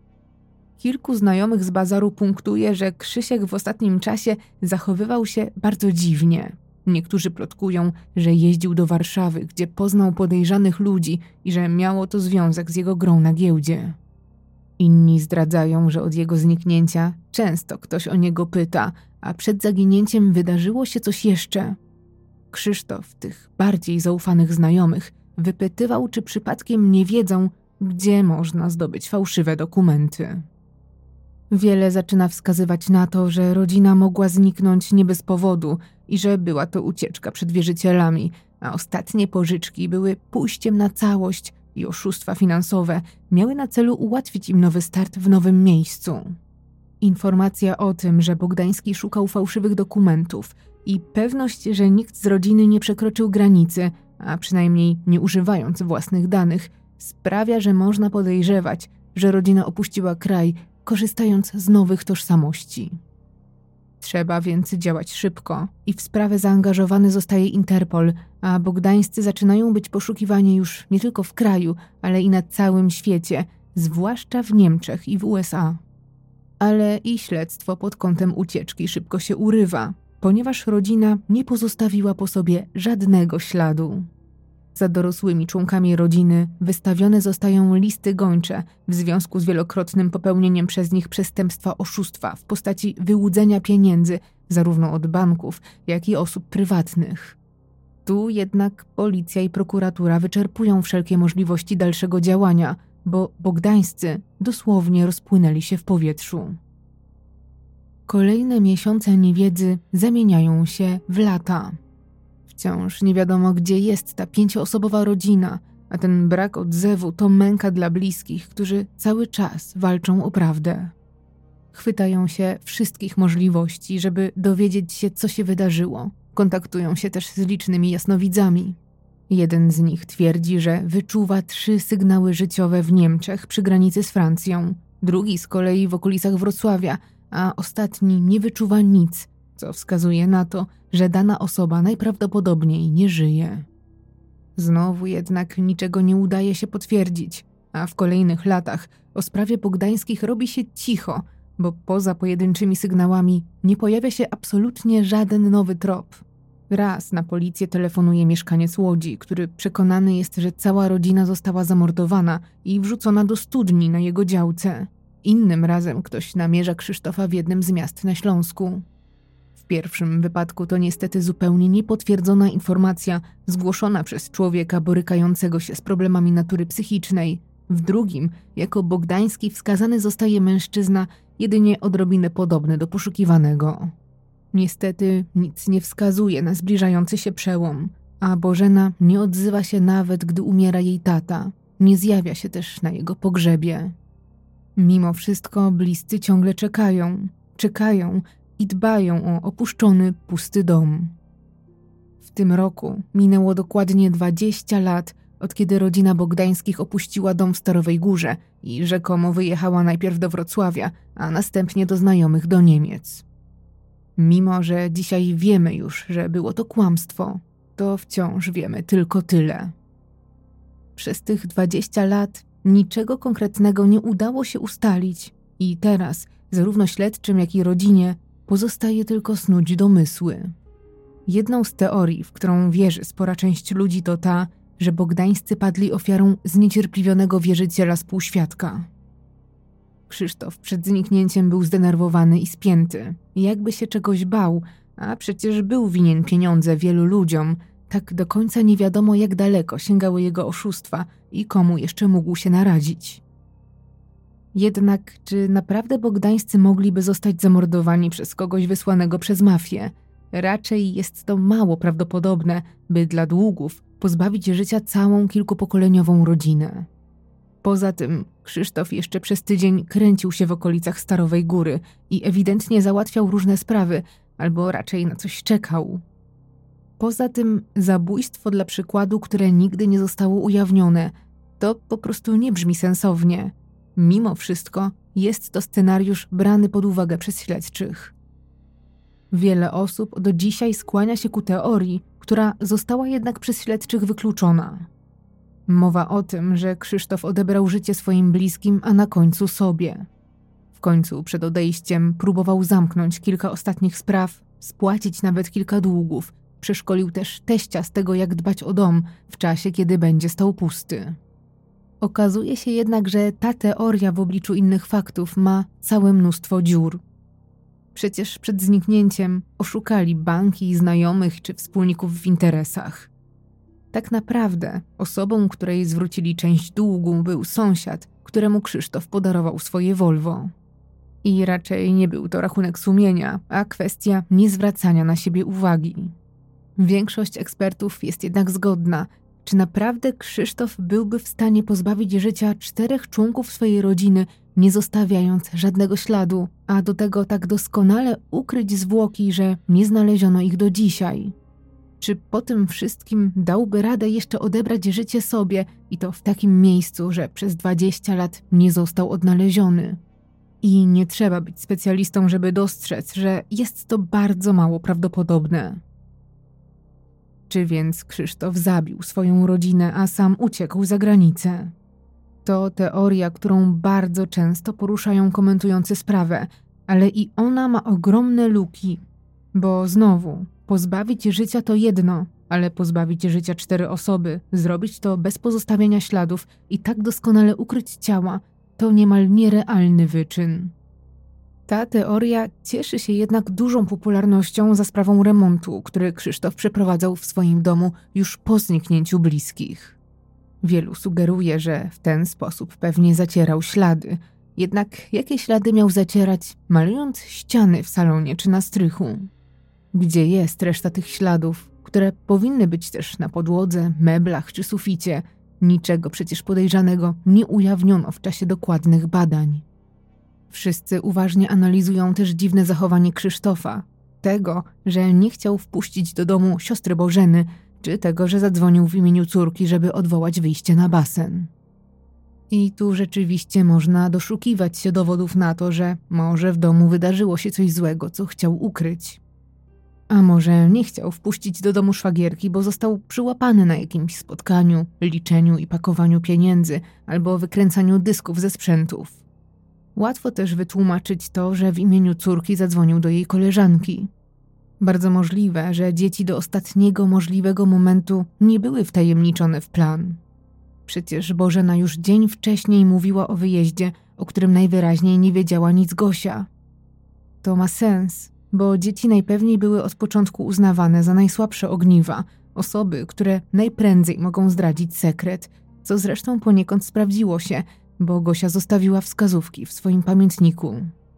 Kilku znajomych z bazaru punktuje, że Krzysiek w ostatnim czasie zachowywał się bardzo dziwnie. Niektórzy plotkują, że jeździł do Warszawy, gdzie poznał podejrzanych ludzi i że miało to związek z jego grą na giełdzie. Inni zdradzają, że od jego zniknięcia często ktoś o niego pyta, a przed zaginięciem wydarzyło się coś jeszcze. Krzysztof tych bardziej zaufanych znajomych wypytywał, czy przypadkiem nie wiedzą, gdzie można zdobyć fałszywe dokumenty. Wiele zaczyna wskazywać na to, że rodzina mogła zniknąć nie bez powodu i że była to ucieczka przed wierzycielami, a ostatnie pożyczki były pójściem na całość i oszustwa finansowe miały na celu ułatwić im nowy start w nowym miejscu. Informacja o tym, że Bogdański szukał fałszywych dokumentów i pewność, że nikt z rodziny nie przekroczył granicy, a przynajmniej nie używając własnych danych, sprawia, że można podejrzewać, że rodzina opuściła kraj, korzystając z nowych tożsamości. Trzeba więc działać szybko i w sprawę zaangażowany zostaje Interpol, a bogdańscy zaczynają być poszukiwani już nie tylko w kraju, ale i na całym świecie, zwłaszcza w Niemczech i w USA. Ale i śledztwo pod kątem ucieczki szybko się urywa, ponieważ rodzina nie pozostawiła po sobie żadnego śladu. Za dorosłymi członkami rodziny wystawione zostają listy gończe w związku z wielokrotnym popełnieniem przez nich przestępstwa oszustwa w postaci wyłudzenia pieniędzy zarówno od banków, jak i osób prywatnych. Tu jednak policja i prokuratura wyczerpują wszelkie możliwości dalszego działania, bo bogdańscy dosłownie rozpłynęli się w powietrzu. Kolejne miesiące niewiedzy zamieniają się w lata. Wciąż nie wiadomo, gdzie jest ta 5-osobowa rodzina, a ten brak odzewu to męka dla bliskich, którzy cały czas walczą o prawdę. Chwytają się wszystkich możliwości, żeby dowiedzieć się, co się wydarzyło. Kontaktują się też z licznymi jasnowidzami. Jeden z nich twierdzi, że wyczuwa 3 sygnały życiowe w Niemczech przy granicy z Francją, drugi z kolei w okolicach Wrocławia, a ostatni nie wyczuwa nic, co wskazuje na to, że dana osoba najprawdopodobniej nie żyje. Znowu jednak niczego nie udaje się potwierdzić, a w kolejnych latach o sprawie Bogdańskich robi się cicho, bo poza pojedynczymi sygnałami nie pojawia się absolutnie żaden nowy trop. Raz na policję telefonuje mieszkaniec Łodzi, który przekonany jest, że cała rodzina została zamordowana i wrzucona do studni na jego działce. Innym razem ktoś namierza Krzysztofa w jednym z miast na Śląsku. W pierwszym wypadku to niestety zupełnie niepotwierdzona informacja zgłoszona przez człowieka borykającego się z problemami natury psychicznej. W drugim, jako Bogdański, wskazany zostaje mężczyzna jedynie odrobinę podobny do poszukiwanego. Niestety nic nie wskazuje na zbliżający się przełom, a Bożena nie odzywa się nawet, gdy umiera jej tata. Nie zjawia się też na jego pogrzebie. Mimo wszystko bliscy ciągle czekają i dbają o opuszczony, pusty dom. W tym roku minęło dokładnie 20 lat, od kiedy rodzina Bogdańskich opuściła dom w Starowej Górze i rzekomo wyjechała najpierw do Wrocławia, a następnie do znajomych do Niemiec. Mimo że dzisiaj wiemy już, że było to kłamstwo, to wciąż wiemy tylko tyle. Przez tych 20 lat niczego konkretnego nie udało się ustalić i teraz zarówno śledczym, jak i rodzinie pozostaje tylko snuć domysły. Jedną z teorii, w którą wierzy spora część ludzi, to ta, że Bogdańscy padli ofiarą zniecierpliwionego wierzyciela z półświadka. Krzysztof przed zniknięciem był zdenerwowany i spięty, jakby się czegoś bał, a przecież był winien pieniądze wielu ludziom. Tak do końca nie wiadomo, jak daleko sięgały jego oszustwa i komu jeszcze mógł się narazić. Jednak czy naprawdę bogdańscy mogliby zostać zamordowani przez kogoś wysłanego przez mafię? Raczej jest to mało prawdopodobne, by dla długów pozbawić życia całą kilkupokoleniową rodzinę. Poza tym Krzysztof jeszcze przez tydzień kręcił się w okolicach Starowej Góry i ewidentnie załatwiał różne sprawy, albo raczej na coś czekał. Poza tym zabójstwo dla przykładu, które nigdy nie zostało ujawnione, to po prostu nie brzmi sensownie. Mimo wszystko jest to scenariusz brany pod uwagę przez śledczych. Wiele osób do dzisiaj skłania się ku teorii, która została jednak przez śledczych wykluczona. Mowa o tym, że Krzysztof odebrał życie swoim bliskim, a na końcu sobie. W końcu przed odejściem próbował zamknąć kilka ostatnich spraw, spłacić nawet kilka długów. Przeszkolił też teścia z tego, jak dbać o dom w czasie, kiedy będzie stał pusty. Okazuje się jednak, że ta teoria w obliczu innych faktów ma całe mnóstwo dziur. Przecież przed zniknięciem oszukali banki, znajomych czy wspólników w interesach. Tak naprawdę osobą, której zwrócili część długu, był sąsiad, któremu Krzysztof podarował swoje Volvo. I raczej nie był to rachunek sumienia, a kwestia niezwracania na siebie uwagi. Większość ekspertów jest jednak zgodna, czy naprawdę Krzysztof byłby w stanie pozbawić życia 4 członków swojej rodziny, nie zostawiając żadnego śladu, a do tego tak doskonale ukryć zwłoki, że nie znaleziono ich do dzisiaj. Czy po tym wszystkim dałby radę jeszcze odebrać życie sobie i to w takim miejscu, że przez 20 lat nie został odnaleziony? I nie trzeba być specjalistą, żeby dostrzec, że jest to bardzo mało prawdopodobne. Czy więc Krzysztof zabił swoją rodzinę, a sam uciekł za granicę? To teoria, którą bardzo często poruszają komentujący sprawę, ale i ona ma ogromne luki, bo znowu, pozbawić życia to jedno, ale pozbawić życia 4 osoby, zrobić to bez pozostawienia śladów i tak doskonale ukryć ciała, to niemal nierealny wyczyn. Ta teoria cieszy się jednak dużą popularnością za sprawą remontu, który Krzysztof przeprowadzał w swoim domu już po zniknięciu bliskich. Wielu sugeruje, że w ten sposób pewnie zacierał ślady, jednak jakie ślady miał zacierać, malując ściany w salonie czy na strychu? Gdzie jest reszta tych śladów, które powinny być też na podłodze, meblach czy suficie? Niczego przecież podejrzanego nie ujawniono w czasie dokładnych badań. Wszyscy uważnie analizują też dziwne zachowanie Krzysztofa. Tego, że nie chciał wpuścić do domu siostry Bożeny, czy tego, że zadzwonił w imieniu córki, żeby odwołać wyjście na basen. I tu rzeczywiście można doszukiwać się dowodów na to, że może w domu wydarzyło się coś złego, co chciał ukryć. A może nie chciał wpuścić do domu szwagierki, bo został przyłapany na jakimś spotkaniu, liczeniu i pakowaniu pieniędzy albo wykręcaniu dysków ze sprzętów. Łatwo też wytłumaczyć to, że w imieniu córki zadzwonił do jej koleżanki. Bardzo możliwe, że dzieci do ostatniego możliwego momentu nie były wtajemniczone w plan. Przecież Bożena już dzień wcześniej mówiła o wyjeździe, o którym najwyraźniej nie wiedziała nic Gosia. To ma sens, bo dzieci najpewniej były od początku uznawane za najsłabsze ogniwa, osoby, które najprędzej mogą zdradzić sekret, co zresztą poniekąd sprawdziło się, bo Gosia zostawiła wskazówki w swoim pamiętniku.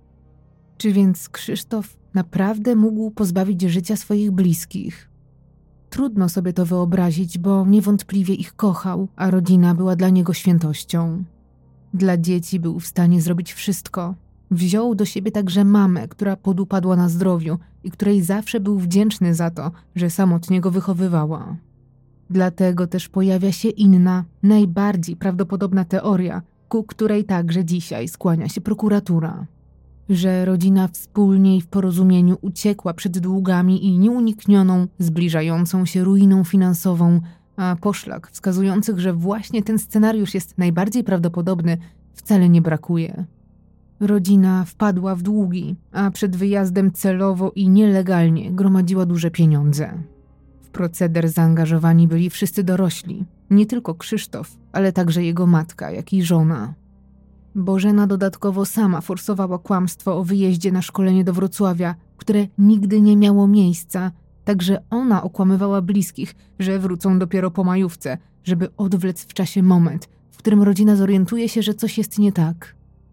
Czy więc Krzysztof naprawdę mógł pozbawić życia swoich bliskich? Trudno sobie to wyobrazić, bo niewątpliwie ich kochał, a rodzina była dla niego świętością. Dla dzieci był w stanie zrobić wszystko. Wziął do siebie także mamę, która podupadła na zdrowiu i której zawsze był wdzięczny za to, że samotnie go wychowywała. Dlatego też pojawia się inna, najbardziej prawdopodobna teoria, ku której także dzisiaj skłania się prokuratura. Że rodzina wspólnie i w porozumieniu uciekła przed długami i nieuniknioną, zbliżającą się ruiną finansową, a poszlak wskazujących, że właśnie ten scenariusz jest najbardziej prawdopodobny, wcale nie brakuje. Rodzina wpadła w długi, a przed wyjazdem celowo i nielegalnie gromadziła duże pieniądze. W proceder zaangażowani byli wszyscy dorośli, nie tylko Krzysztof, ale także jego matka, jak i żona. Bożena dodatkowo sama forsowała kłamstwo o wyjeździe na szkolenie do Wrocławia, które nigdy nie miało miejsca, także ona okłamywała bliskich, że wrócą dopiero po majówce, żeby odwlec w czasie moment, w którym rodzina zorientuje się, że coś jest nie tak.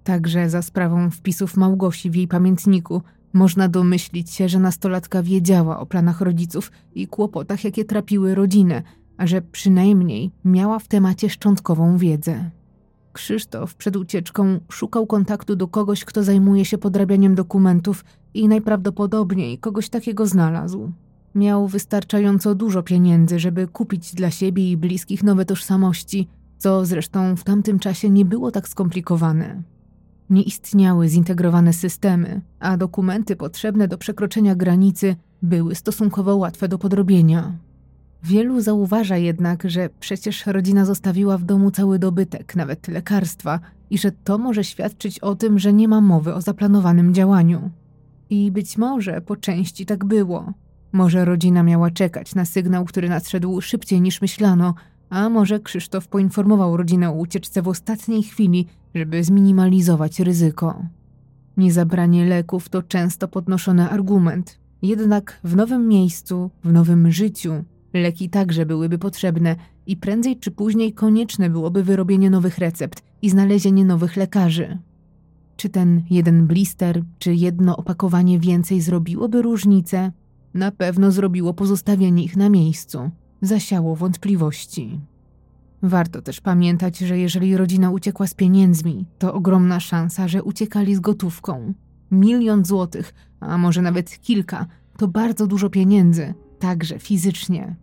Także za sprawą wpisów Małgosi w jej pamiętniku można domyślić się, że nastolatka wiedziała o planach rodziców i kłopotach, jakie trapiły rodzinę, a że przynajmniej miała w temacie szczątkową wiedzę. Krzysztof przed ucieczką szukał kontaktu do kogoś, kto zajmuje się podrabianiem dokumentów i najprawdopodobniej kogoś takiego znalazł. Miał wystarczająco dużo pieniędzy, żeby kupić dla siebie i bliskich nowe tożsamości, co zresztą w tamtym czasie nie było tak skomplikowane. Nie istniały zintegrowane systemy, a dokumenty potrzebne do przekroczenia granicy były stosunkowo łatwe do podrobienia. Wielu zauważa jednak, że przecież rodzina zostawiła w domu cały dobytek, nawet lekarstwa, i że to może świadczyć o tym, że nie ma mowy o zaplanowanym działaniu. I być może po części tak było. Może rodzina miała czekać na sygnał, który nadszedł szybciej niż myślano, a może Krzysztof poinformował rodzinę o ucieczce w ostatniej chwili, żeby zminimalizować ryzyko. Niezabranie leków to często podnoszony argument. Jednak w nowym miejscu, w nowym życiu leki także byłyby potrzebne i prędzej czy później konieczne byłoby wyrobienie nowych recept i znalezienie nowych lekarzy. Czy ten jeden blister, czy jedno opakowanie więcej zrobiłoby różnicę? Na pewno zrobiło pozostawienie ich na miejscu. Zasiało wątpliwości. Warto też pamiętać, że jeżeli rodzina uciekła z pieniędzmi, to ogromna szansa, że uciekali z gotówką. 1 000 000 złotych, a może nawet kilka, to bardzo dużo pieniędzy, także fizycznie.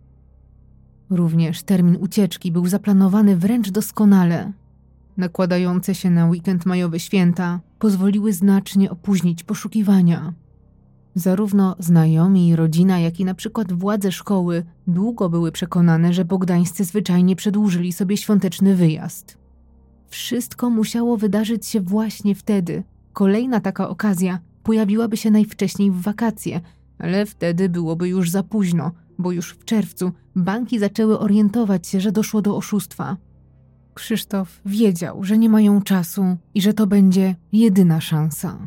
Również termin ucieczki był zaplanowany wręcz doskonale. Nakładające się na weekend majowy święta pozwoliły znacznie opóźnić poszukiwania. Zarówno znajomi i rodzina, jak i na przykład władze szkoły długo były przekonane, że bogdańscy zwyczajnie przedłużyli sobie świąteczny wyjazd. Wszystko musiało wydarzyć się właśnie wtedy. Kolejna taka okazja pojawiłaby się najwcześniej w wakacje, ale wtedy byłoby już za późno, bo już w czerwcu banki zaczęły orientować się, że doszło do oszustwa. Krzysztof wiedział, że nie mają czasu i że to będzie jedyna szansa.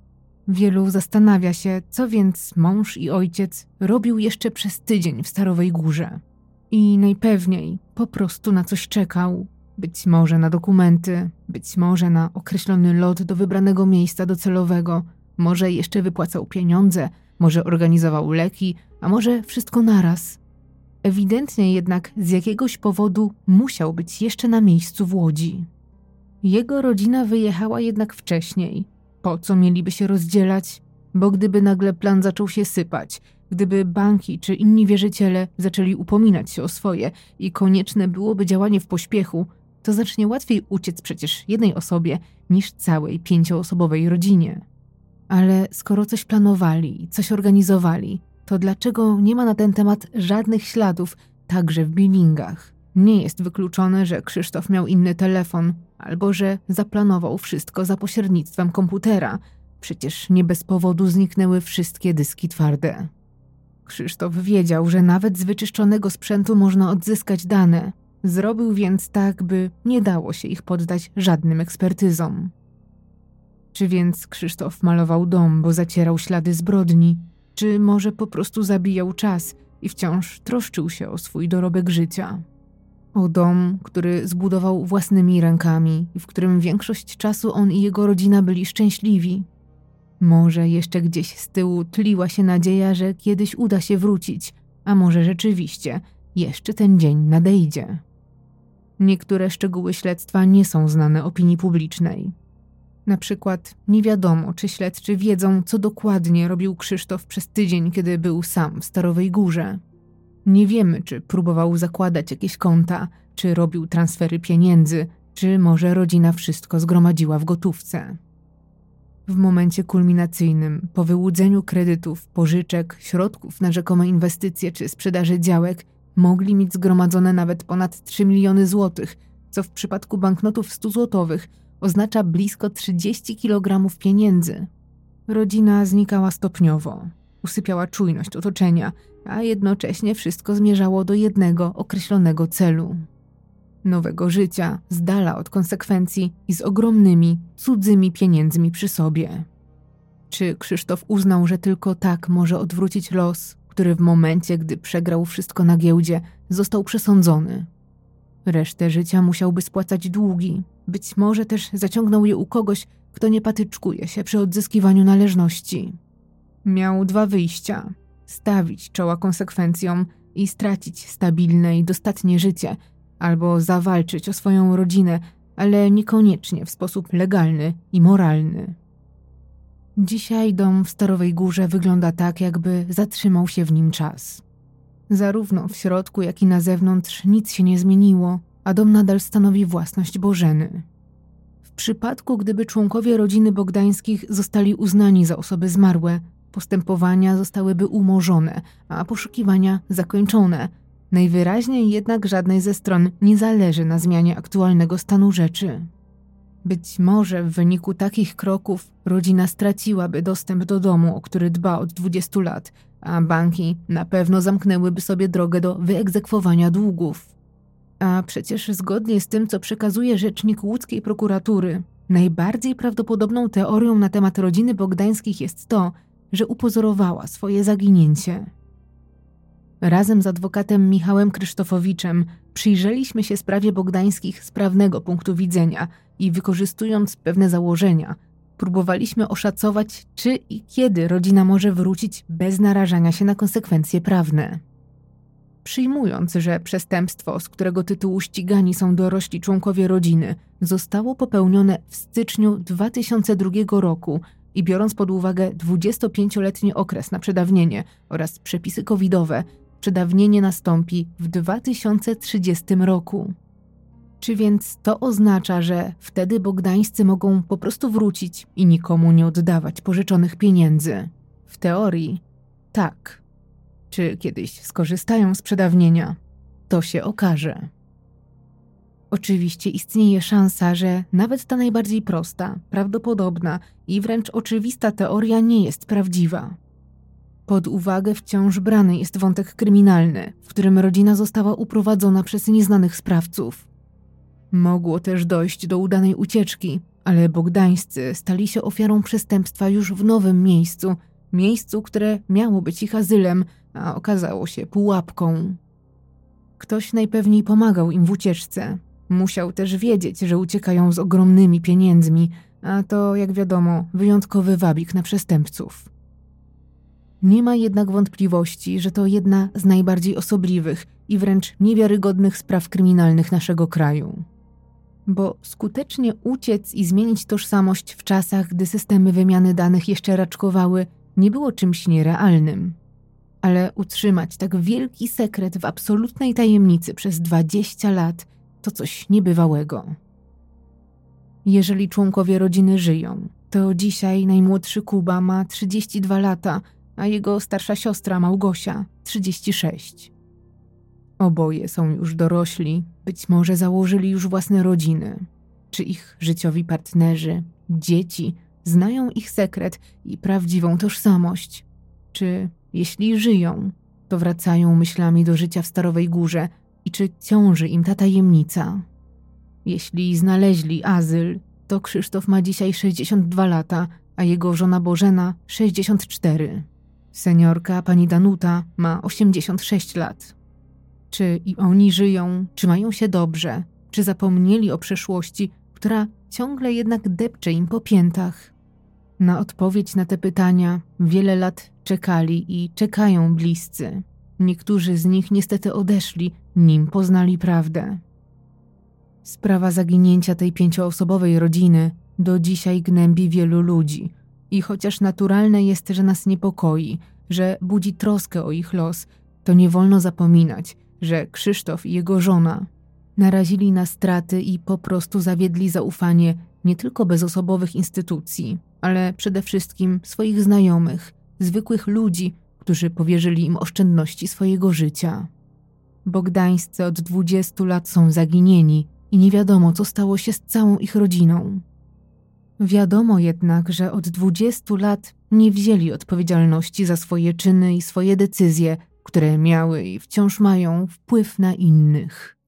Wielu zastanawia się, co więc mąż i ojciec robił jeszcze przez tydzień w Starowej Górze. I najpewniej po prostu na coś czekał. Być może na dokumenty, być może na określony lot do wybranego miejsca docelowego, może jeszcze wypłacał pieniądze, może organizował leki, a może wszystko naraz. Ewidentnie jednak z jakiegoś powodu musiał być jeszcze na miejscu w Łodzi. Jego rodzina wyjechała jednak wcześniej. Po co mieliby się rozdzielać? Bo gdyby nagle plan zaczął się sypać, gdyby banki czy inni wierzyciele zaczęli upominać się o swoje i konieczne byłoby działanie w pośpiechu, to znacznie łatwiej uciec przecież jednej osobie niż całej 5-osobowej rodzinie. Ale skoro coś planowali, coś organizowali, to dlaczego nie ma na ten temat żadnych śladów, także w billingach? Nie jest wykluczone, że Krzysztof miał inny telefon, albo że zaplanował wszystko za pośrednictwem komputera. Przecież nie bez powodu zniknęły wszystkie dyski twarde. Krzysztof wiedział, że nawet z wyczyszczonego sprzętu można odzyskać dane. Zrobił więc tak, by nie dało się ich poddać żadnym ekspertyzom. Czy więc Krzysztof malował dom, bo zacierał ślady zbrodni? Czy może po prostu zabijał czas i wciąż troszczył się o swój dorobek życia? O dom, który zbudował własnymi rękami i w którym większość czasu on i jego rodzina byli szczęśliwi. Może jeszcze gdzieś z tyłu tliła się nadzieja, że kiedyś uda się wrócić, a może rzeczywiście jeszcze ten dzień nadejdzie. Niektóre szczegóły śledztwa nie są znane opinii publicznej. Na przykład nie wiadomo, czy śledczy wiedzą, co dokładnie robił Krzysztof przez tydzień, kiedy był sam w Starowej Górze. Nie wiemy, czy próbował zakładać jakieś konta, czy robił transfery pieniędzy, czy może rodzina wszystko zgromadziła w gotówce. W momencie kulminacyjnym, po wyłudzeniu kredytów, pożyczek, środków na rzekome inwestycje czy sprzedaży działek, mogli mieć zgromadzone nawet ponad 3 miliony złotych, co w przypadku banknotów 100-złotowych oznacza blisko 30 kilogramów pieniędzy. Rodzina znikała stopniowo, usypiała czujność otoczenia, a jednocześnie wszystko zmierzało do jednego określonego celu. Nowego życia, z dala od konsekwencji i z ogromnymi, cudzymi pieniędzmi przy sobie. Czy Krzysztof uznał, że tylko tak może odwrócić los, który w momencie, gdy przegrał wszystko na giełdzie, został przesądzony? Resztę życia musiałby spłacać długi. Być może też zaciągnął je u kogoś, kto nie patyczkuje się przy odzyskiwaniu należności. Miał 2 wyjścia: stawić czoła konsekwencjom i stracić stabilne i dostatnie życie, albo zawalczyć o swoją rodzinę, ale niekoniecznie w sposób legalny i moralny. Dzisiaj dom w Starowej Górze wygląda tak, jakby zatrzymał się w nim czas. Zarówno w środku, jak i na zewnątrz nic się nie zmieniło, a dom nadal stanowi własność Bożeny. W przypadku, gdyby członkowie rodziny Bogdańskich zostali uznani za osoby zmarłe, postępowania zostałyby umorzone, a poszukiwania zakończone. Najwyraźniej jednak żadnej ze stron nie zależy na zmianie aktualnego stanu rzeczy. Być może w wyniku takich kroków rodzina straciłaby dostęp do domu, o który dba od 20 lat, a banki na pewno zamknęłyby sobie drogę do wyegzekwowania długów. A przecież zgodnie z tym, co przekazuje rzecznik łódzkiej prokuratury, najbardziej prawdopodobną teorią na temat rodziny Bogdańskich jest to, że upozorowała swoje zaginięcie. Razem z adwokatem Michałem Krzysztofowiczem przyjrzeliśmy się sprawie Bogdańskich z prawnego punktu widzenia i wykorzystując pewne założenia, próbowaliśmy oszacować, czy i kiedy rodzina może wrócić bez narażania się na konsekwencje prawne. Przyjmując, że przestępstwo, z którego tytułu ścigani są dorośli członkowie rodziny, zostało popełnione w styczniu 2002 roku i biorąc pod uwagę 25-letni okres na przedawnienie oraz przepisy covidowe, przedawnienie nastąpi w 2030 roku. Czy więc to oznacza, że wtedy Bogdańscy mogą po prostu wrócić i nikomu nie oddawać pożyczonych pieniędzy? W teorii tak. Czy kiedyś skorzystają z przedawnienia? To się okaże. Oczywiście istnieje szansa, że nawet ta najbardziej prosta, prawdopodobna i wręcz oczywista teoria nie jest prawdziwa. Pod uwagę wciąż brany jest wątek kryminalny, w którym rodzina została uprowadzona przez nieznanych sprawców. Mogło też dojść do udanej ucieczki, ale Bogdańscy stali się ofiarą przestępstwa już w nowym miejscu, które miało być ich azylem, a okazało się pułapką. Ktoś najpewniej pomagał im w ucieczce. Musiał też wiedzieć, że uciekają z ogromnymi pieniędzmi, a to, jak wiadomo, wyjątkowy wabik na przestępców. Nie ma jednak wątpliwości, że to jedna z najbardziej osobliwych i wręcz niewiarygodnych spraw kryminalnych naszego kraju. Bo skutecznie uciec i zmienić tożsamość w czasach, gdy systemy wymiany danych jeszcze raczkowały, nie było czymś nierealnym. Ale utrzymać tak wielki sekret w absolutnej tajemnicy przez 20 lat to coś niebywałego. Jeżeli członkowie rodziny żyją, to dzisiaj najmłodszy Kuba ma 32 lata, a jego starsza siostra Małgosia 36. Oboje są już dorośli, być może założyli już własne rodziny. Czy ich życiowi partnerzy, dzieci znają ich sekret i prawdziwą tożsamość? Czy jeśli żyją, to wracają myślami do życia w Starowej Górze i czy ciąży im ta tajemnica? Jeśli znaleźli azyl, to Krzysztof ma dzisiaj 62 lata, a jego żona Bożena 64. Seniorka pani Danuta ma 86 lat. Czy i oni żyją, czy mają się dobrze, czy zapomnieli o przeszłości, która ciągle jednak depcze im po piętach? Na odpowiedź na te pytania wiele lat czekali i czekają bliscy. Niektórzy z nich niestety odeszli, nim poznali prawdę. Sprawa zaginięcia tej 5-osobowej rodziny do dzisiaj gnębi wielu ludzi i chociaż naturalne jest, że nas niepokoi, że budzi troskę o ich los, to nie wolno zapominać, że Krzysztof i jego żona narazili na straty i po prostu zawiedli zaufanie nie tylko bezosobowych instytucji, ale przede wszystkim swoich znajomych, zwykłych ludzi, którzy powierzyli im oszczędności swojego życia. Bogdańscy od 20 lat są zaginieni i nie wiadomo, co stało się z całą ich rodziną. Wiadomo jednak, że od 20 lat nie wzięli odpowiedzialności za swoje czyny i swoje decyzje, które miały i wciąż mają wpływ na innych.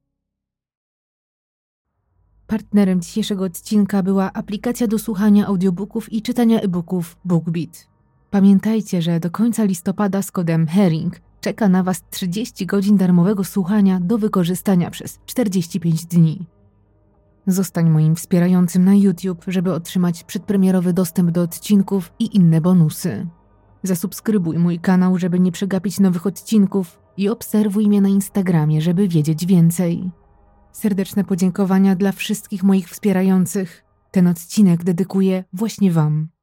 Partnerem dzisiejszego odcinka była aplikacja do słuchania audiobooków i czytania e-booków BookBeat. Pamiętajcie, że do końca listopada z kodem HERING Czeka na Was 30 godzin darmowego słuchania do wykorzystania przez 45 dni. Zostań moim wspierającym na YouTube, żeby otrzymać przedpremierowy dostęp do odcinków i inne bonusy. Zasubskrybuj mój kanał, żeby nie przegapić nowych odcinków i obserwuj mnie na Instagramie, żeby wiedzieć więcej. Serdeczne podziękowania dla wszystkich moich wspierających. Ten odcinek dedykuję właśnie Wam.